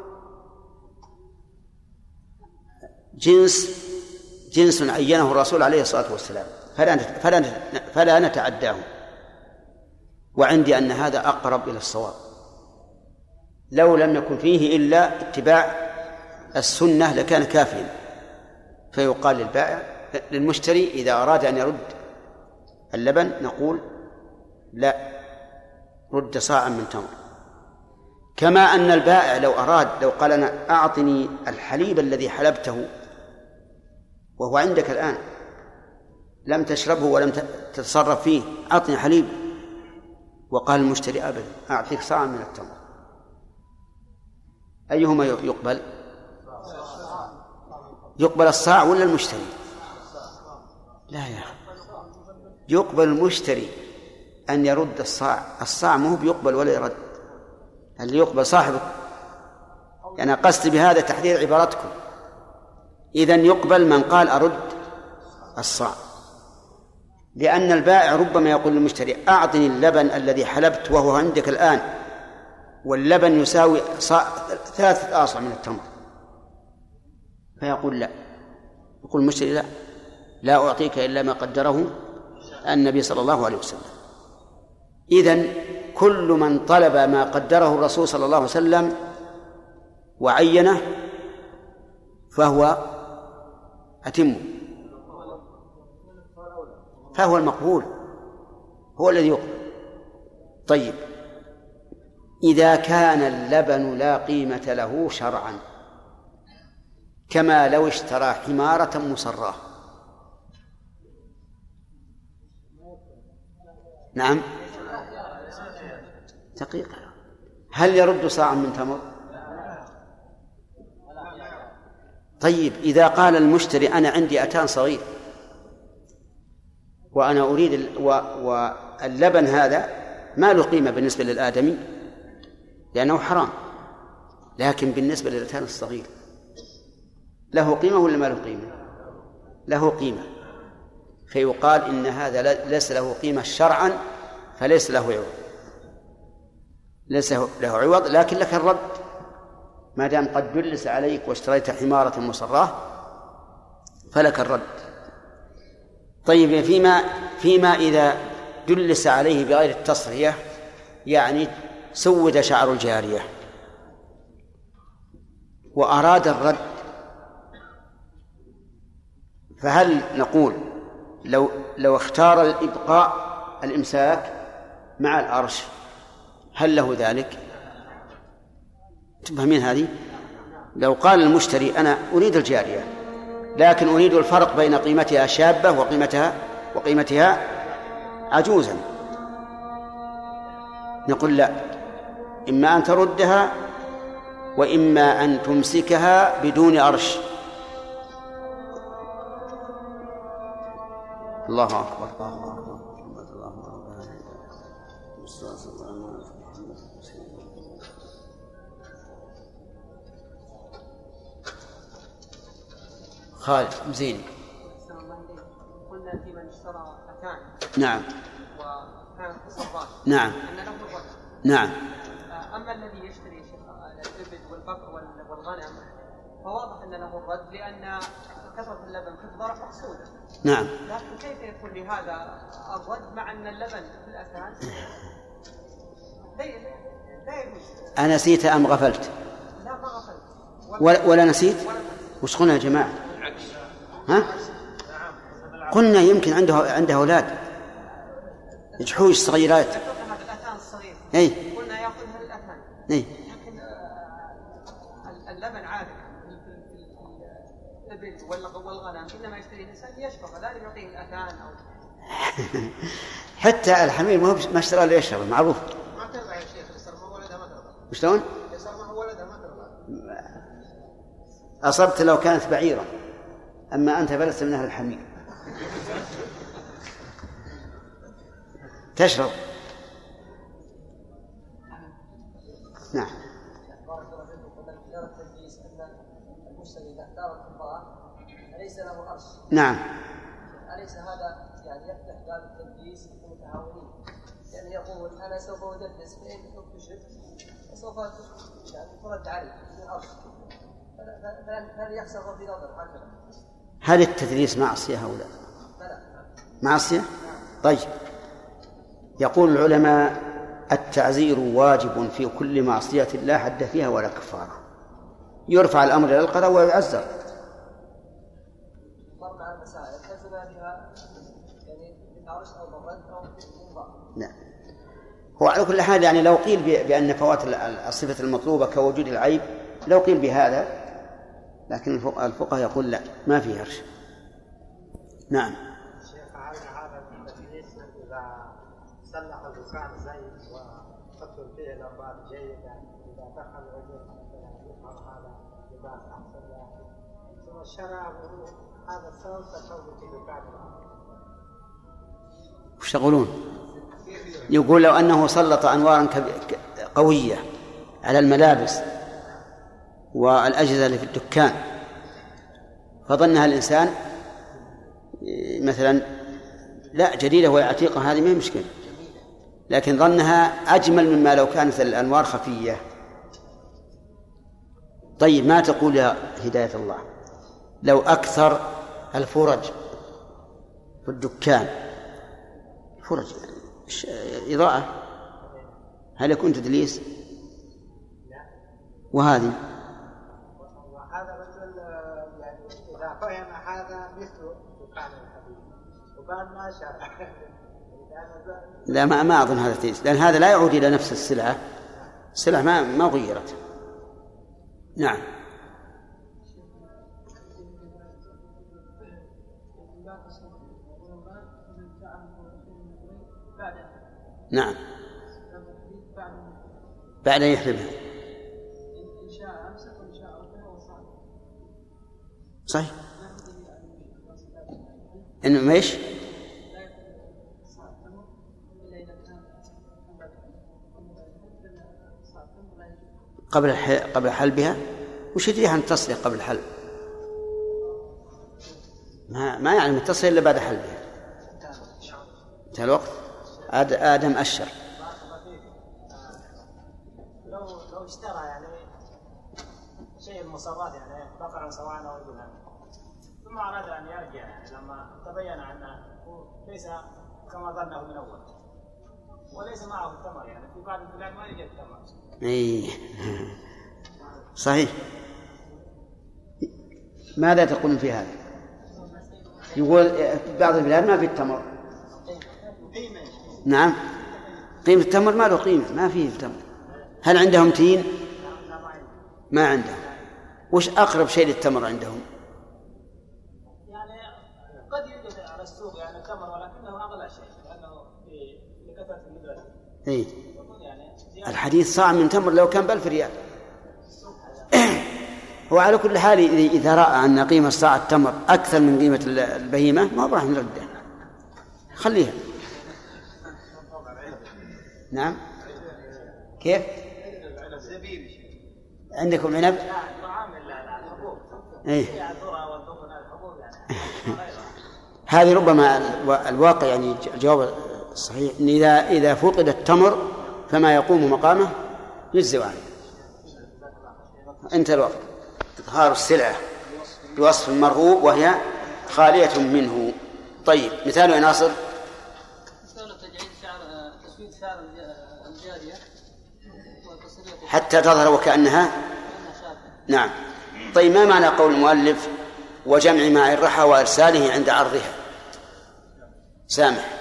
جنس جنس عينه الرسول عليه الصلاة والسلام فلا فلا فلا نتعداه، وعندي أن هذا أقرب إلى الصواب لو لم يكن فيه إلا اتباع السنة لكان كافيا. فيقال للبائع للمشتري إذا أراد أن يرد اللبن نقول لا، رد صاعا من تمر. كما أن البائع لو أراد لو قال أنا أعطني الحليب الذي حلبته وهو عندك الآن لم تشربه ولم تتصرف فيه، أعطني حليب، وقال المشتري أبدا أعطيك صاعا من التمر، أيهما يقبل؟ يقبل الصاع ولا المشتري؟ لا يا أخي، يقبل المشتري أن يرد الصاع. الصاع ما هو بيقبل ولا يرد، اللي يقبل صاحبه. يعني قصدي بهذا تحرير عبارتكم. إذن يقبل من قال أرد الصاع، لأن البائع ربما يقول للمشتري أعطني اللبن الذي حلبت وهو عندك الآن، واللبن يساوي ثلاثة آصع من التمر، فيقول لا. يقول المشتري لا لا أعطيك إلا ما قدره النبي صلى الله عليه وسلم. إذن كل من طلب ما قدره الرسول صلى الله عليه وسلم وعينه فهو أتم، فهو المقبول، هو الذي يقبل. طيب، إذا كان اللبن لا قيمة له شرعا، كما لو اشترى حمارة مصراه، نعم دقيقة، هل يرد صاعا من تمر؟ طيب، إذا قال المشتري أنا عندي أتان صغير وأنا أريد ال... و... واللبن هذا ما له قيمة بالنسبة للآدمي لأنه حرام، لكن بالنسبة للأتان الصغير له قيمة ولا ما له قيمة؟ له قيمة، فيقال إن هذا ليس له قيمة شرعا فليس له عوض، ليس له عوض، لكن لك الرد ما دام قد دلس عليك واشتريت حمارة مصراه فلك الرد. طيب، فيما فيما إذا دلس عليه بغير التصرية، يعني سود شعر الجارية وأراد الرد، فهل نقول لو لو اختار الإبقاء الإمساك مع الأرش هل له ذلك؟ تفهمين هذه؟ لو قال المشتري أنا أريد الجارية لكن أريد الفرق بين قيمتها شابة وقيمتها وقيمتها عجوزا، نقول لا، إما أن تردها وإما أن تمسكها بدون أرش. الله أكبر الله أكبر. خالد مزين.
قلنا في من اشترى أتان
نعم
وكان تصرفات
نعم
أن له الرد.
نعم.
أما الذي يشتري الإبل والبقر والغنم فواضح أن له الرد لأن كثرة اللبن في الضرع مقصودة.
نعم.
لكن كيف يكون لهذا الرد مع أن اللبن في الأتان لا يجوز؟
أنسيت أم غفلت؟
لا ما غفلت.
ولا, ولا نسيت؟ وش قلنا يا جماعة؟ ها؟ قلنا يمكن عنده عنده أولاد جحوش صغيرات.
الأتان الصغير.
أي.
قلنا يأخذها الأتان.
أي.
لكن اللبن عادة في الإبل والغنم إنما يشتريه الإنسان يشرب، لا يعطيه الأتان أو.
حتى الحمير ما هو ما اشترى له يشرب، معروف.
ما ترضى يا شيخ، يصير ما ولدها ما ترضى.
شلون؟
يصير ما ولدها ما ترضى.
أصبت لو كانت بعيرة، أما أنت فلست من أهل الحمير تشرب. نعم.
أليس له أرش؟
نعم.
أليس هذا يعني يفتح باب التدليس المتعاونين؟ يعني يقول أنا سوف أدلس فإن اكتشف سوف يعني ترد علي بالأرش، فهل يحصل في نظر هكذا؟
هل التدليس معصية أو لا؟ معصية؟ طيب، يقول العلماء التعزير واجب في كل معصية لا حد فيها ولا كفارة، يرفع الأمر إلى القضاء ويعزر.
مع المسائل تلزم بها يعني بالعرش أو بالرد أو بالإنظار.
لا، هو على كل حال يعني لو قيل بأن فوات الصفة المطلوبة كوجود العيب لو قيل بهذا، لكن الفقهاء يقول لا، ما في هرش. نعم.
شيخ، هذا التدليس إذا صلح الإنسان زي وقتل فيه الأمراض جيدة، إذا دخل وجه مثلا يفهم هذا لباس أحسن له ثم شرع هذا الثوب فثوب بعد
وش تقولون؟ يقول لو أنه سلط أنوارا قوية على الملابس والأجهزة اللي في الدكان فظنها الإنسان مثلا لا جديدة وهي عتيقة هذه ما هي مشكلة، لكن ظنها أجمل مما لو كانت الأنوار خفية. طيب ما تقول يا هداية الله لو أكثر الفرج في الدكان فرج إضاءة هل يكون تدليس؟ وهذه
وهذا مثل يعني إذا فهم هذا مثل دكان الحديد وكان ما شرع
لا ما ما أظن هذا تدليس، لأن هذا لا يعود إلى نفس السلعة، السلعة ما ما غيرت. نعم. نعم بعد أن يحلبها صحيح. إنه إيش؟ قبل قبل حلبها. وش يدريها أن تصل قبل الحلب؟ ما ما يعلم التصل إلا بعد حلبها. انتهى الوقت. آدم أشر.
لو لو اشترى يعني شيء المصرات يعني بقرا سواء أو إبلا ثم أراد أن يرجع يعني لما تبين أنه ليس كما ظنه من أول وليس معه التمر يعني في بعض البلاد ما يوجد تمر.
إيه صحيح. ماذا تقولون في هذا؟ يقول بعض البلاد ما في التمر. نعم قيمة التمر ما له قيمة، ما فيه التمر. هل عندهم تين؟ ما عندهم. وش أقرب شيء للتمر عندهم؟
يعني قد يوجد على السوق يعني تمر ولكنه أغلى شيء لأنه لكثرة الندرة.
إيه الحديث صاع من تمر لو كان بألف ريال. هو على كل حال إذا رأى أن قيمة صاع التمر أكثر من قيمة البهيمة ما راح نرده، خليها. نعم كيف؟ عندكم عنب؟ إيه؟ هذه ربما الواقع يعني الجواب الصحيح إن إذا إذا فقد التمر فما يقوم مقامه يجزي عنه. انتهى الوقت. إظهار السلعة بوصف مرغوب وهي خالية منه. طيب مثال يا ناصر؟ حتى تظهر وكأنها. نعم. طيب ما معنى قول المؤلف وجمع ماء الرحى وإرساله عند عرضها؟ سامح.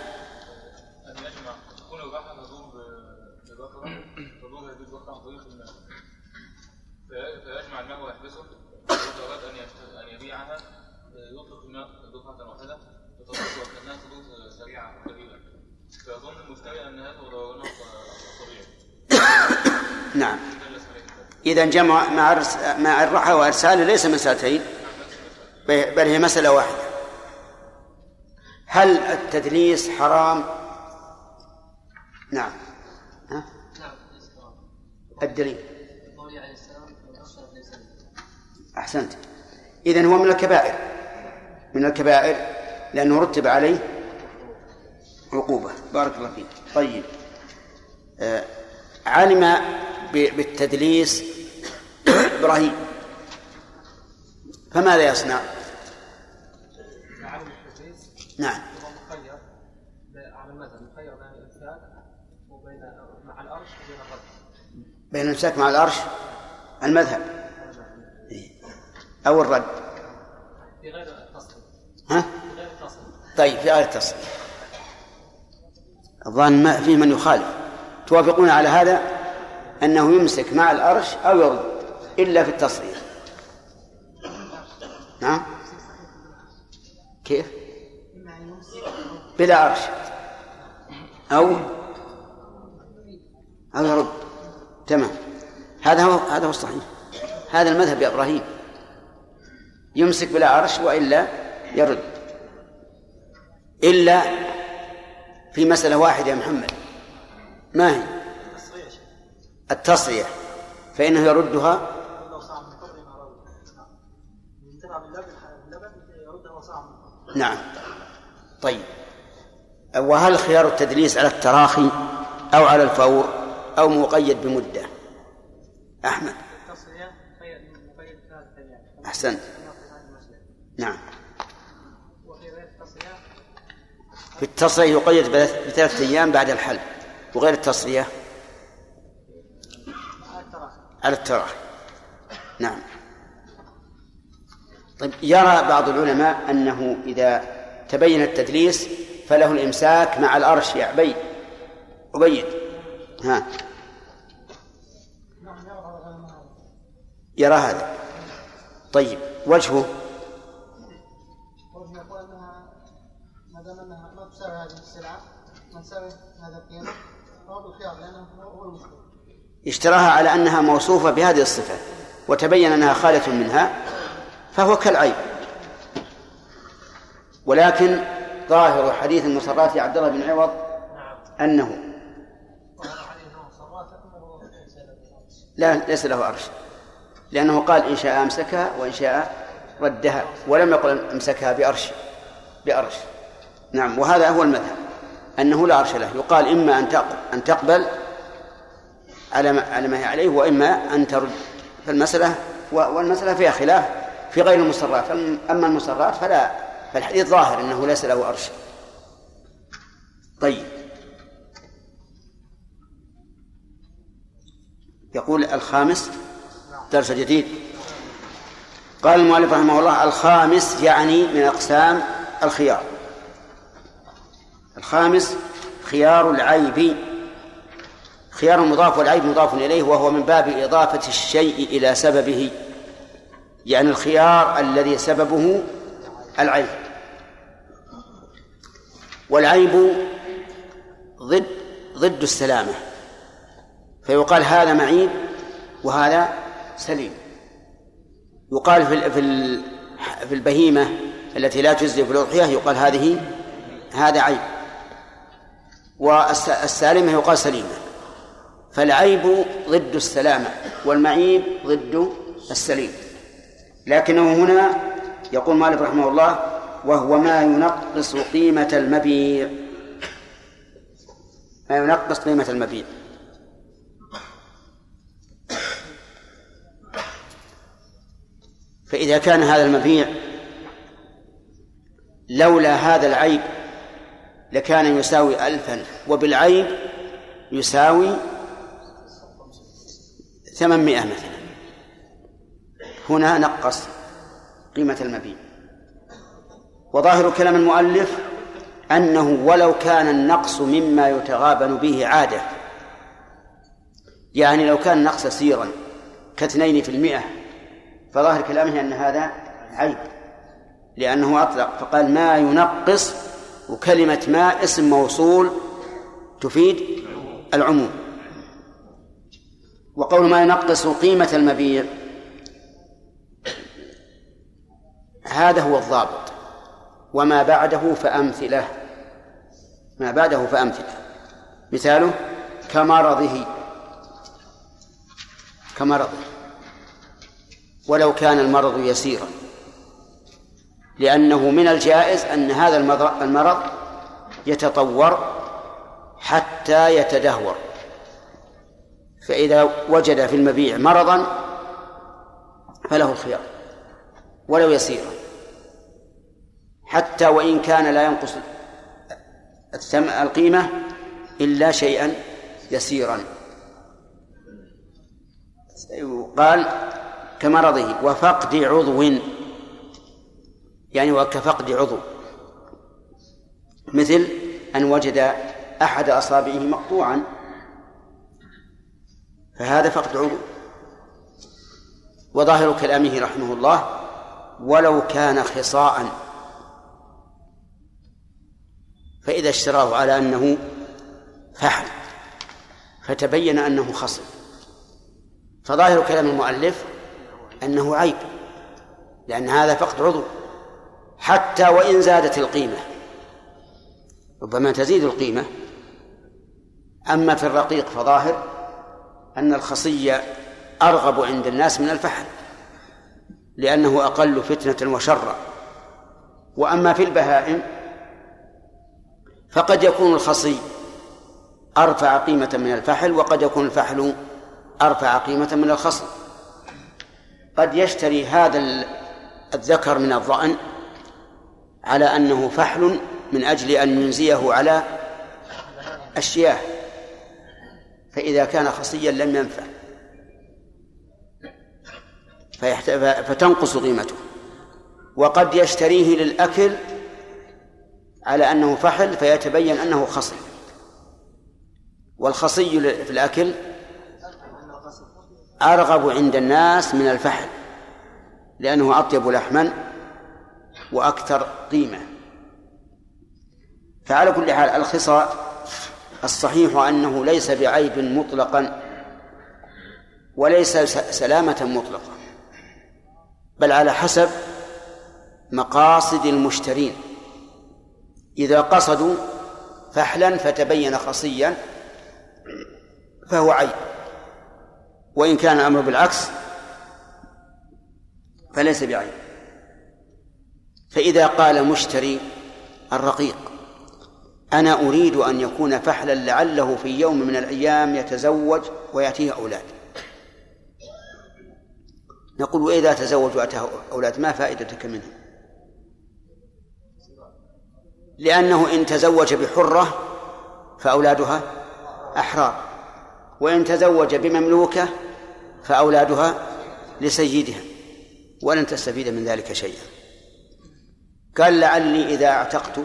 فيجمع الماء ويحبسه وإذا أراد أن يبيعها يطلق الماء دفعة واحدة تتصور كأنها حدوث سريعة كبيرة فيظن المشتري أن هذا هو نقص طبيعي.
نعم. إذا جمع مع الرحى وإرساله ليس مسألتين بل هي مسألة واحدة. هل التدليس حرام؟ نعم. ها؟ الدليل. أحسنت. إذن هو من الكبائر من الكبائر لأنه رتب عليه عقوبة. بارك الله فيك. طيب آه علم بالتدليس إبراهيم فماذا يصنع؟ نعم.
مخير على المذهب مخير بين الإمساك وبين مع الأرش وبين الرد.
بين الإمساك مع الأرش المذهب أو الرد
في غير التصريف.
ها؟
في غير التصريف.
طيب في غير التصريف. الظن ما فيه من يخالف. توافقون على هذا أنه يمسك مع الأرش أو يرد إلا في التصريف. نعم. كيف؟ بلا أرش أو أو يرد. تمام. هذا هو هذا هو الصحيح. هذا المذهب يا إبراهيم. يمسك بلا أرش وإلا يرد، إلا في مسألة واحدة يا محمد، ما هي؟ التصرية، فإنه يردها نعم. طيب، وهل خيار التدليس على التراخي أو على الفور أو مقيد بمدة؟ أحمد. أحسنت. نعم. في التصرية يقيد بثلاثة أيام بعد الحل، وغير التصرية على التراخي. نعم. طيب، يرى بعض العلماء أنه إذا تبين التدليس فله الإمساك مع الأرش يا عبيد عبيد ها يرى هذا. طيب، وجهه
وجه يقول أنها ما دام أنها ما تساوي هذه السلعة ما تساوي هذا القيمة فهو بالخيار لأنه هو المشكلة.
اشتراها على أنها موصوفة بهذه الصفة وتبين أنها خالة منها فهو كالعيب. ولكن ظاهر حديث المصرات لعبد الله بن عوض أنه لا ليس له أرش، لأنه قال إن شاء أمسكها وإن شاء ردها، ولم يقل أمسكها بأرش بأرش. نعم، وهذا هو المذهب أنه لا أرش له، يقال إما أن تقبل على ما على ما هي عليه وإما أن ترد. فالمسألة والمسألة فيها خلاف في غير المصرات، أما المصرات فلا، فالحديث ظاهر أنه ليس له أرش. طيب، يقول الخامس درس جديد. قال المؤلف رحمه الله: الخامس يعني من أقسام الخيار. الخامس خيار العيب، خيار مضاف والعيب مضاف إليه، وهو من باب إضافة الشيء إلى سببه، يعني الخيار الذي سببه العيب. والعيب ضد ضد السلامة، فيقال هذا معيب وهذا سليم. يقال في في البهيمة التي لا تجزي في الأضحية يقال هذه هذا عيب، والسالمة يقال سليمة. فالعيب ضد السلامة والمعيب ضد السليم. لكنه هنا يقول مالك رحمه الله: وهو ما ينقص قيمة المبيع، ما ينقص قيمة المبيع. فإذا كان هذا المبيع لولا هذا العيب لكان يساوي ألفا، وبالعيب يساوي ثمانمائة مثلا، هنا نقص قيمة المبيع. وظاهر كلام المؤلف أنه ولو كان النقص مما يتغابن به عادة، يعني لو كان النقص سيرا كاثنين في المئة، فظاهر كلامه أن هذا عيب، لأنه أطلق فقال ما ينقص، وكلمة ما اسم موصول تفيد العموم. وقول ما ينقص قيمة المبيع هذا هو الضابط، وما بعده فأمثله، ما بعده فأمثله. مثاله كمرضه، كمرضه ولو كان المرض يسيرا، لأنه من الجائز أن هذا المرض يتطور حتى يتدهور، فإذا وجد في المبيع مرضا فله الخيار ولو يسيرا، حتى وإن كان لا ينقص القيمة إلا شيئا يسيرا. قال كمرضه وفقد عضو، يعني وكفقد عضو، مثل أن وجد أحد أصابعه مقطوعا، فهذا فقد عضو. وظاهر كلامه رحمه الله ولو كان خصاء، فإذا اشتراه على أنه فحل فتبين أنه خصم، فظاهر كلام المؤلف أنه عيب، لأن هذا فقد عضو، حتى وإن زادت القيمة ربما تزيد القيمة. أما في الرقيق فظاهر أن الخصي أرغب عند الناس من الفحل لأنه أقل فتنة وشرا. وأما في البهائم فقد يكون الخصي أرفع قيمة من الفحل، وقد يكون الفحل أرفع قيمة من الخصي. قد يشتري هذا الذكر من الضأن على أنه فحل من أجل أن ينزيه على الشياه، فإذا كان خصيا لم ينفع فتنقص قيمته. وقد يشتريه للأكل على أنه فحل فيتبين أنه خصي، والخصي في الأكل أرغب عند الناس من الفحل لأنه أطيب لحما وأكثر قيمة. فعلى كل حال الخصاء الصحيح أنه ليس بعيب مطلقا وليس سلامة مطلقة، بل على حسب مقاصد المشترين. إذا قصدوا فحلا فتبين خصيا فهو عيب، وإن كان الأمر بالعكس فليس بعيب. فإذا قال مشتري الرقيق أنا أريد أن يكون فحلا لعله في يوم من الأيام يتزوج ويأتيه أولاد، نقول وإذا تزوج وأتاه أولاد ما فائدتك منه؟ لأنه إن تزوج بحرة فأولادها أحرار، وإن تزوج بمملوكة فأولادها لسيدها، ولن تستفيد من ذلك شيئا. قال لعلي إذا اعتقت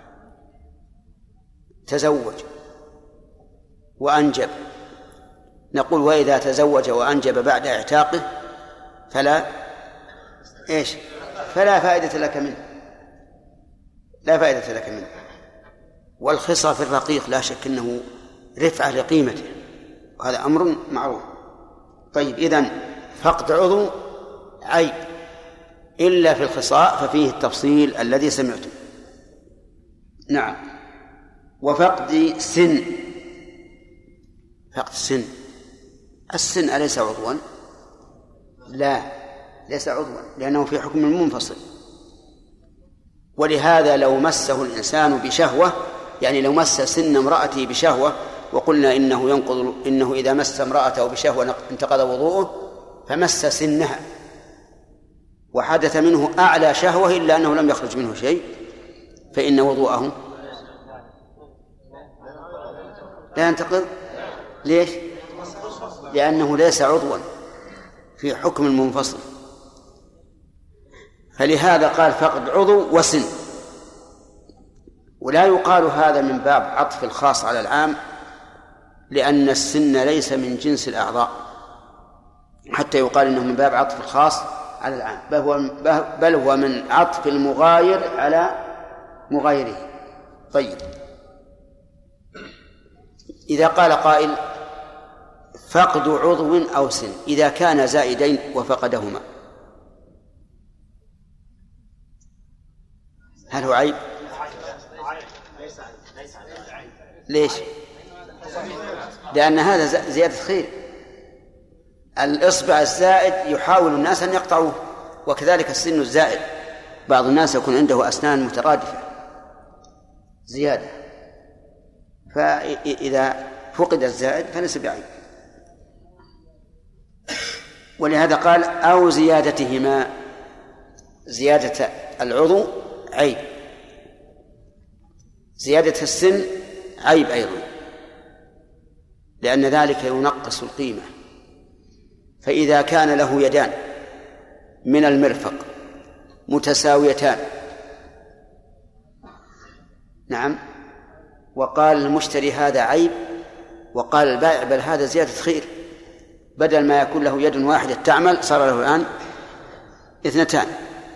تزوج وأنجب، نقول وإذا تزوج وأنجب بعد اعتاقه فلا إيش فلا فائدة لك منه، لا فائدة لك منه. والخصى في الرقيق لا شك أنه رفعة لقيمته، وهذا أمر معروف. طيب إذن فقد عضو عيب إلا في الخصاء ففيه التفصيل الذي سمعتم. نعم. وفقد سن، فقد السن، السن أليس عضوا؟ لا، ليس عضوا لأنه في حكم منفصل. ولهذا لو مسه الإنسان بشهوة، يعني لو مس سن امرأته بشهوة وقلنا إنه ينقض إنه إذا مس امرأته بشهوة انتقض وضوءه، فمس سنها وحدث منه أعلى شهوة إلا أنه لم يخرج منه شيء، فإن وضوءه لا ينتقض. ليش؟ لأنه ليس عضوا في حكم المنفصل. فلهذا قال فقد عضو وسن. ولا يقال هذا من باب عطف الخاص على العام، لأن السن ليس من جنس الأعضاء حتى يقال إنه من باب عطف الخاص على العام، بل هو, بل هو من عطف المغاير على مغايره. طيب إذا قال قائل فقد عضو أو سن إذا كان زائدين وفقدهما هل هو عيب؟ ليش؟ لأن هذا زيادة خير. الإصبع الزائد يحاول الناس أن يقطعوه، وكذلك السن الزائد بعض الناس يكون عنده أسنان مترادفة زيادة، فإذا فقد الزائد فليس بعيب. ولهذا قال أو زيادتهما، زيادة العضو عيب، زيادة السن عيب أيضا، لأن ذلك ينقص القيمة. فإذا كان له يدان من المرفق متساويتان، نعم، وقال المشتري هذا عيب، وقال البائع بل هذا زيادة خير، بدل ما يكون له يد واحدة تعمل صار له الآن اثنتان،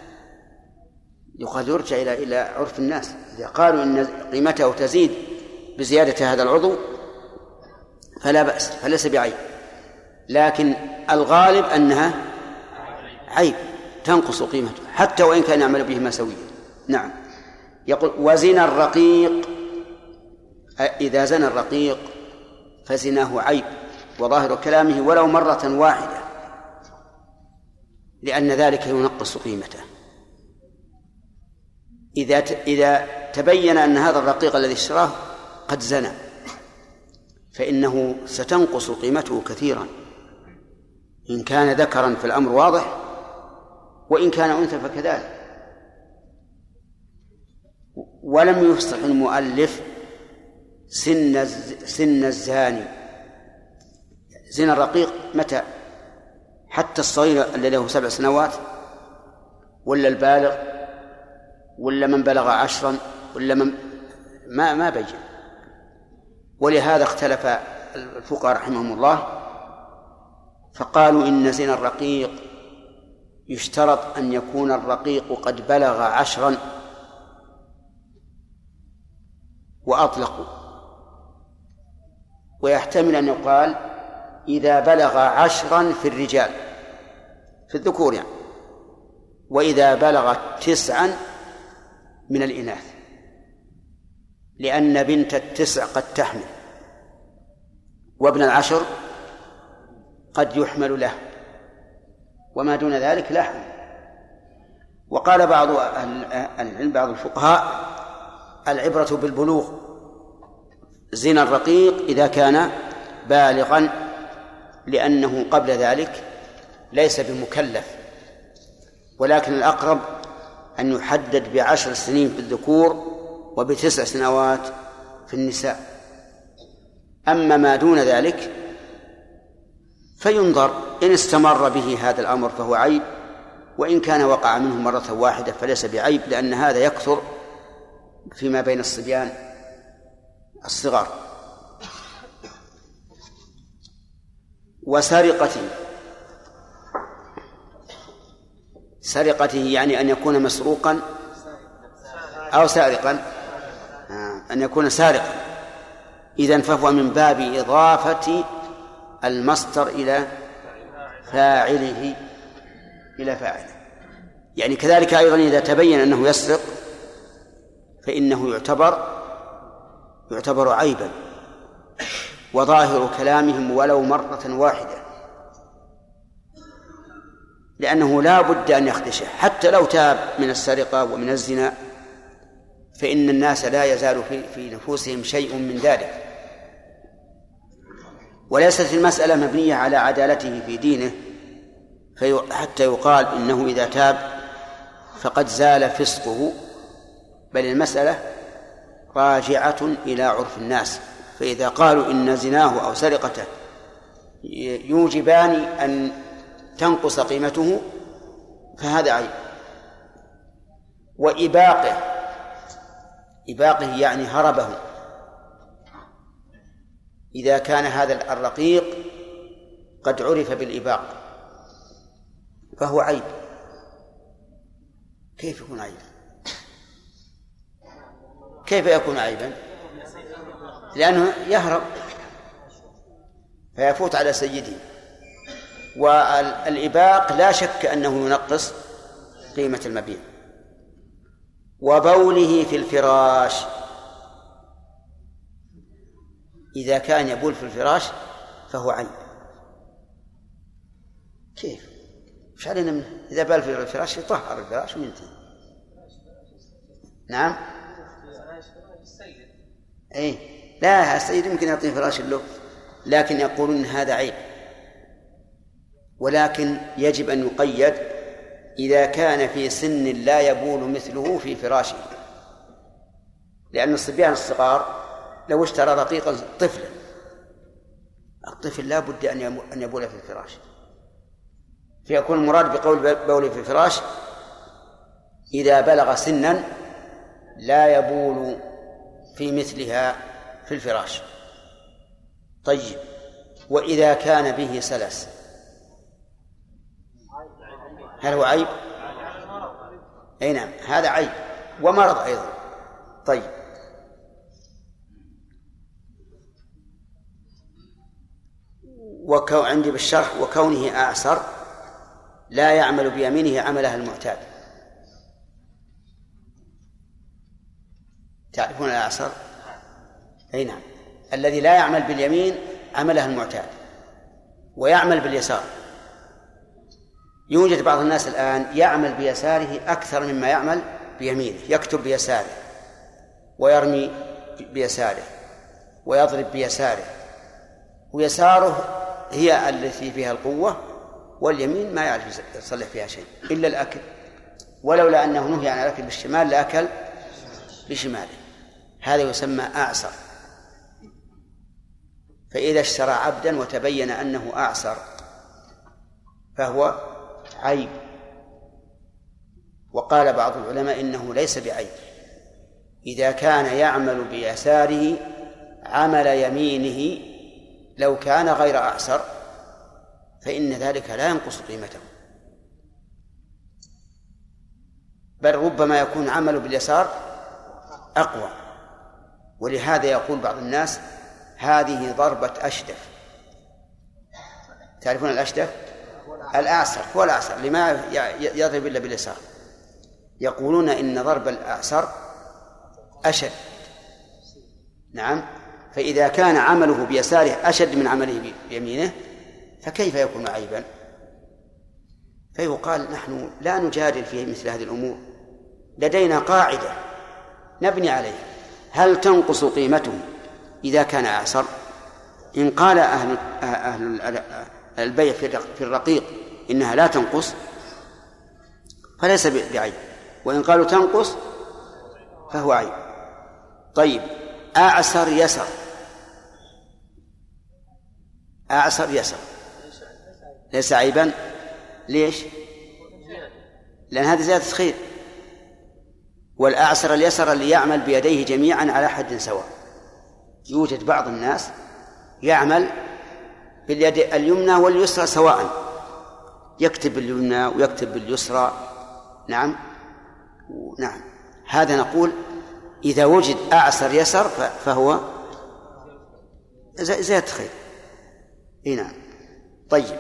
يقال يرجع إلى إلى عرف الناس. إذا قالوا إن قيمته تزيد بزيادة هذا العضو فلا بأس، فليس بعيب، لكن الغالب أنها عيب تنقص قيمته حتى وإن كان يعمل بهما سويا. نعم. يقول وزنا الرقيق، إذا زنى الرقيق فزناه عيب، وظاهر كلامه ولو مرة واحدة، لأن ذلك ينقص قيمته. إذا إذا تبين أن هذا الرقيق الذي اشتراه قد زنى فإنه ستنقص قيمته كثيرا، إن كان ذكرا فالأمر واضح، وإن كان أنثى فكذلك. ولم يفصح المؤلف سن سن الزاني. زنا الرقيق متى؟ حتى الصغير الذي له سبع سنوات، ولا البالغ، ولا من بلغ عشرا، ولا من ما ما بين. ولهذا اختلف الفقهاء رحمهم الله فقالوا إن زنا الرقيق يشترط أن يكون الرقيق قد بلغ عشرا، وأطلقوا. ويحتمل أن يقال إذا بلغ عشرا في الرجال في الذكور يعني، وإذا بلغ تسعا من الإناث، لأن بنت التسع قد تحمل، وابن العشر قد يحمل له، وما دون ذلك لا حمل. وقال بعض العلم بعض الفقهاء العبرة بالبلوغ، زنا الرقيق إذا كان بالغا، لأنه قبل ذلك ليس بمكلف، ولكن الأقرب أن يحدد بعشر سنين في الذكور وبتسع سنوات في النساء. أما ما دون ذلك فينظر، إن استمر به هذا الأمر فهو عيب، وإن كان وقع منه مرة واحدة فليس بعيب، لأن هذا يكثر فيما بين الصبيان الصغار. وسرقته، سرقته يعني أن يكون مسروقا أو سارقا، أن يكون سارقا، إذن فهو من باب إضافة المصدر إلى فاعله إلى فاعله. يعني كذلك أيضا إذا تبين أنه يسرق فإنه يعتبر يعتبر عيبا، وظاهر كلامهم ولو مرة واحدة، لأنه لا بد أن يخدشه. حتى لو تاب من السرقة ومن الزنا فإن الناس لا يزال في, في نفوسهم شيء من ذلك، وليست المسألة مبنية على عدالته في دينه حتى يقال إنه إذا تاب فقد زال فسقه، بل المسألة راجعة إلى عرف الناس. فإذا قالوا إن زناه أو سرقته يوجبان أن تنقص قيمته فهذا عيب. وإباقه، إباقه يعني هربه، إذا كان هذا الرقيق قد عرف بالإباق فهو عيب. كيف يكون عيبا؟ كيف يكون عيبا؟ لأنه يهرب فيفوت على سيده. والإباق لا شك أنه ينقص قيمة المبيع. وبوله في الفراش، إذا كان يبول في الفراش فهو عيب. كيف؟ مش علينا منه؟ إذا بال في الفراش يطهر الفراش وينتهي. نعم. أي لا، السيد يمكن يعطيه فراش له، لكن يقولون هذا عيب. ولكن يجب أن يقيد إذا كان في سن لا يبول مثله في فراشه، لأن الصبيان الصغار لو اشترى رقيقا طفلا، الطفل لا بد أن يبول في الفراش، فيكون المراد بقول بول في الفراش إذا بلغ سنا لا يبول في مثلها في الفراش. طيب، وإذا كان به سلس هل هو عيب؟ أي نعم، هذا عيب ومرض أيضا. طيب، وكو عندي بالشرح وكونه أعسر لا يعمل بيمينه عملها المعتاد. تعرفون الأعصر؟ أي نعم، الذي لا يعمل باليمين عملها المعتاد ويعمل باليسار. يوجد بعض الناس الآن يعمل بيساره أكثر مما يعمل بيمينه، يكتب بيساره ويرمي بيساره ويضرب بيساره، ويساره هي التي فيها القوة، واليمين ما يعرف يصلح فيها شيء إلا الأكل، ولولا أنه نهي عن الأكل بالشمال لأكل بشماله. هذا يسمى أعصر. فإذا اشترى عبدا وتبين أنه أعصر فهو عيب. وقال بعض العلماء إنه ليس بعيب إذا كان يعمل بيساره عمل يمينه، لو كان غير أعصر فإن ذلك لا ينقص قيمته، بل ربما يكون عمل باليسار أقوى. ولهذا يقول بعض الناس هذه ضربة أشدف. تعرفون الأشدف؟ الأعصر هو الأعصر لما يضرب إلا باليسار. يقولون إن ضرب الأعصر أشد. نعم، فإذا كان عمله بيساره أشد من عمله بيمينه فكيف يكون عيبا؟ فيقال نحن لا نجادل في مثل هذه الأمور، لدينا قاعدة نبني عليها. هل تنقص قيمته إذا كان أعصر؟ إن قال أهل, أهل البيع في الرقيق إنها لا تنقص فليس بعيب، وإن قالوا تنقص فهو عيب. طيب، أعسر يسر، أعسر يسر ليس عيبا. ليش؟ لأن هذه زيادة خير. والأعسر اليسر اللي يعمل بيديه جميعا على حد سواء. يوجد بعض الناس يعمل باليد اليمنى واليسرى سواء، يكتب باليمنى ويكتب باليسرى. نعم نعم، هذا نقول إذا وجد أعسر يسر فهو زيادة خير. إيه نعم. طيب،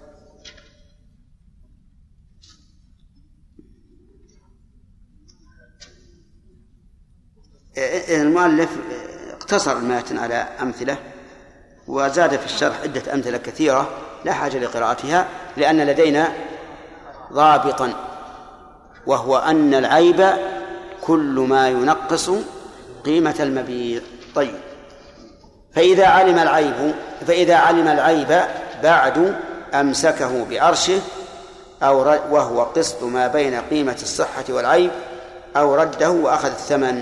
المؤلف اقتصر الماتن على أمثلة وزاد في الشرح عدة أمثلة كثيرة لا حاجة لقراءتها، لأن لدينا ضابطا، وهو أن العيب كل ما ينقص قيمة المبيع. طيب، فإذا علم العيب فإذا علم العيب بعد أمسكه بأرشه، أو وهو قسط ما بين قيمة الصحة والعيب، أو رده وأخذ الثمن.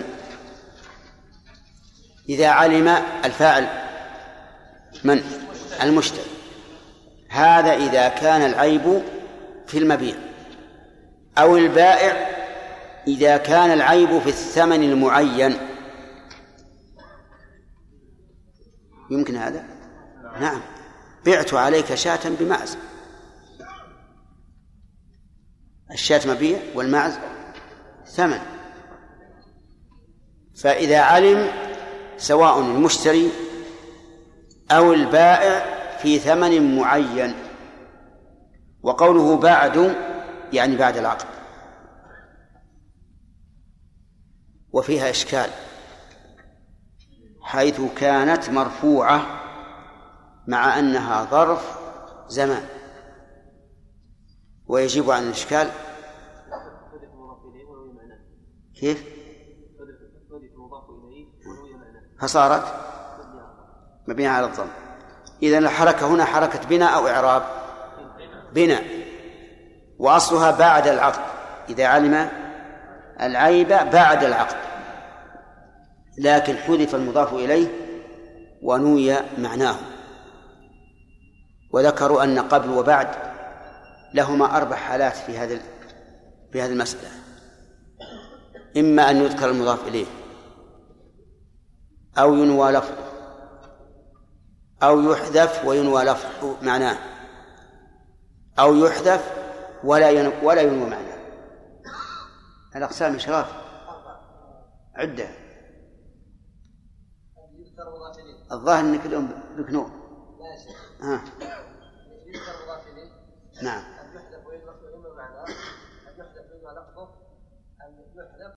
إذا علم الفاعل من؟ المشتري. هذا إذا كان العيب في المبيع، أو البائع إذا كان العيب في الثمن المعين. يمكن هذا؟ نعم، بعت عليك شاة بمعز، الشاة مبيع والمعز ثمن. فإذا علم سواء المشتري أو البائع في ثمن معين، وقوله بعد يعني بعد العقد. وفيها إشكال حيث كانت مرفوعة مع أنها ظرف زمان، ويجيب عن الإشكال. كيف؟ فصارت مبنية على الضم. إذن الحركة هنا حركة بناء أو إعراب؟ بناء، وأصلها بعد العقد. إذا علم العيب بعد العقد، لكن حذف المضاف إليه ونوي معناه. وذكروا أن قبل وبعد لهما أربع حالات في هذا في هذه المسألة: إما أن يذكر المضاف إليه، أو ينوى لفظه، أو يحذف وينوى لفظه معناه، أو يحذف ولا ينوى ولا ينوى معناه. الأقسام شراف عدة. الظاهر أنك اليوم بكنور. ها. نعم.
أن يحلب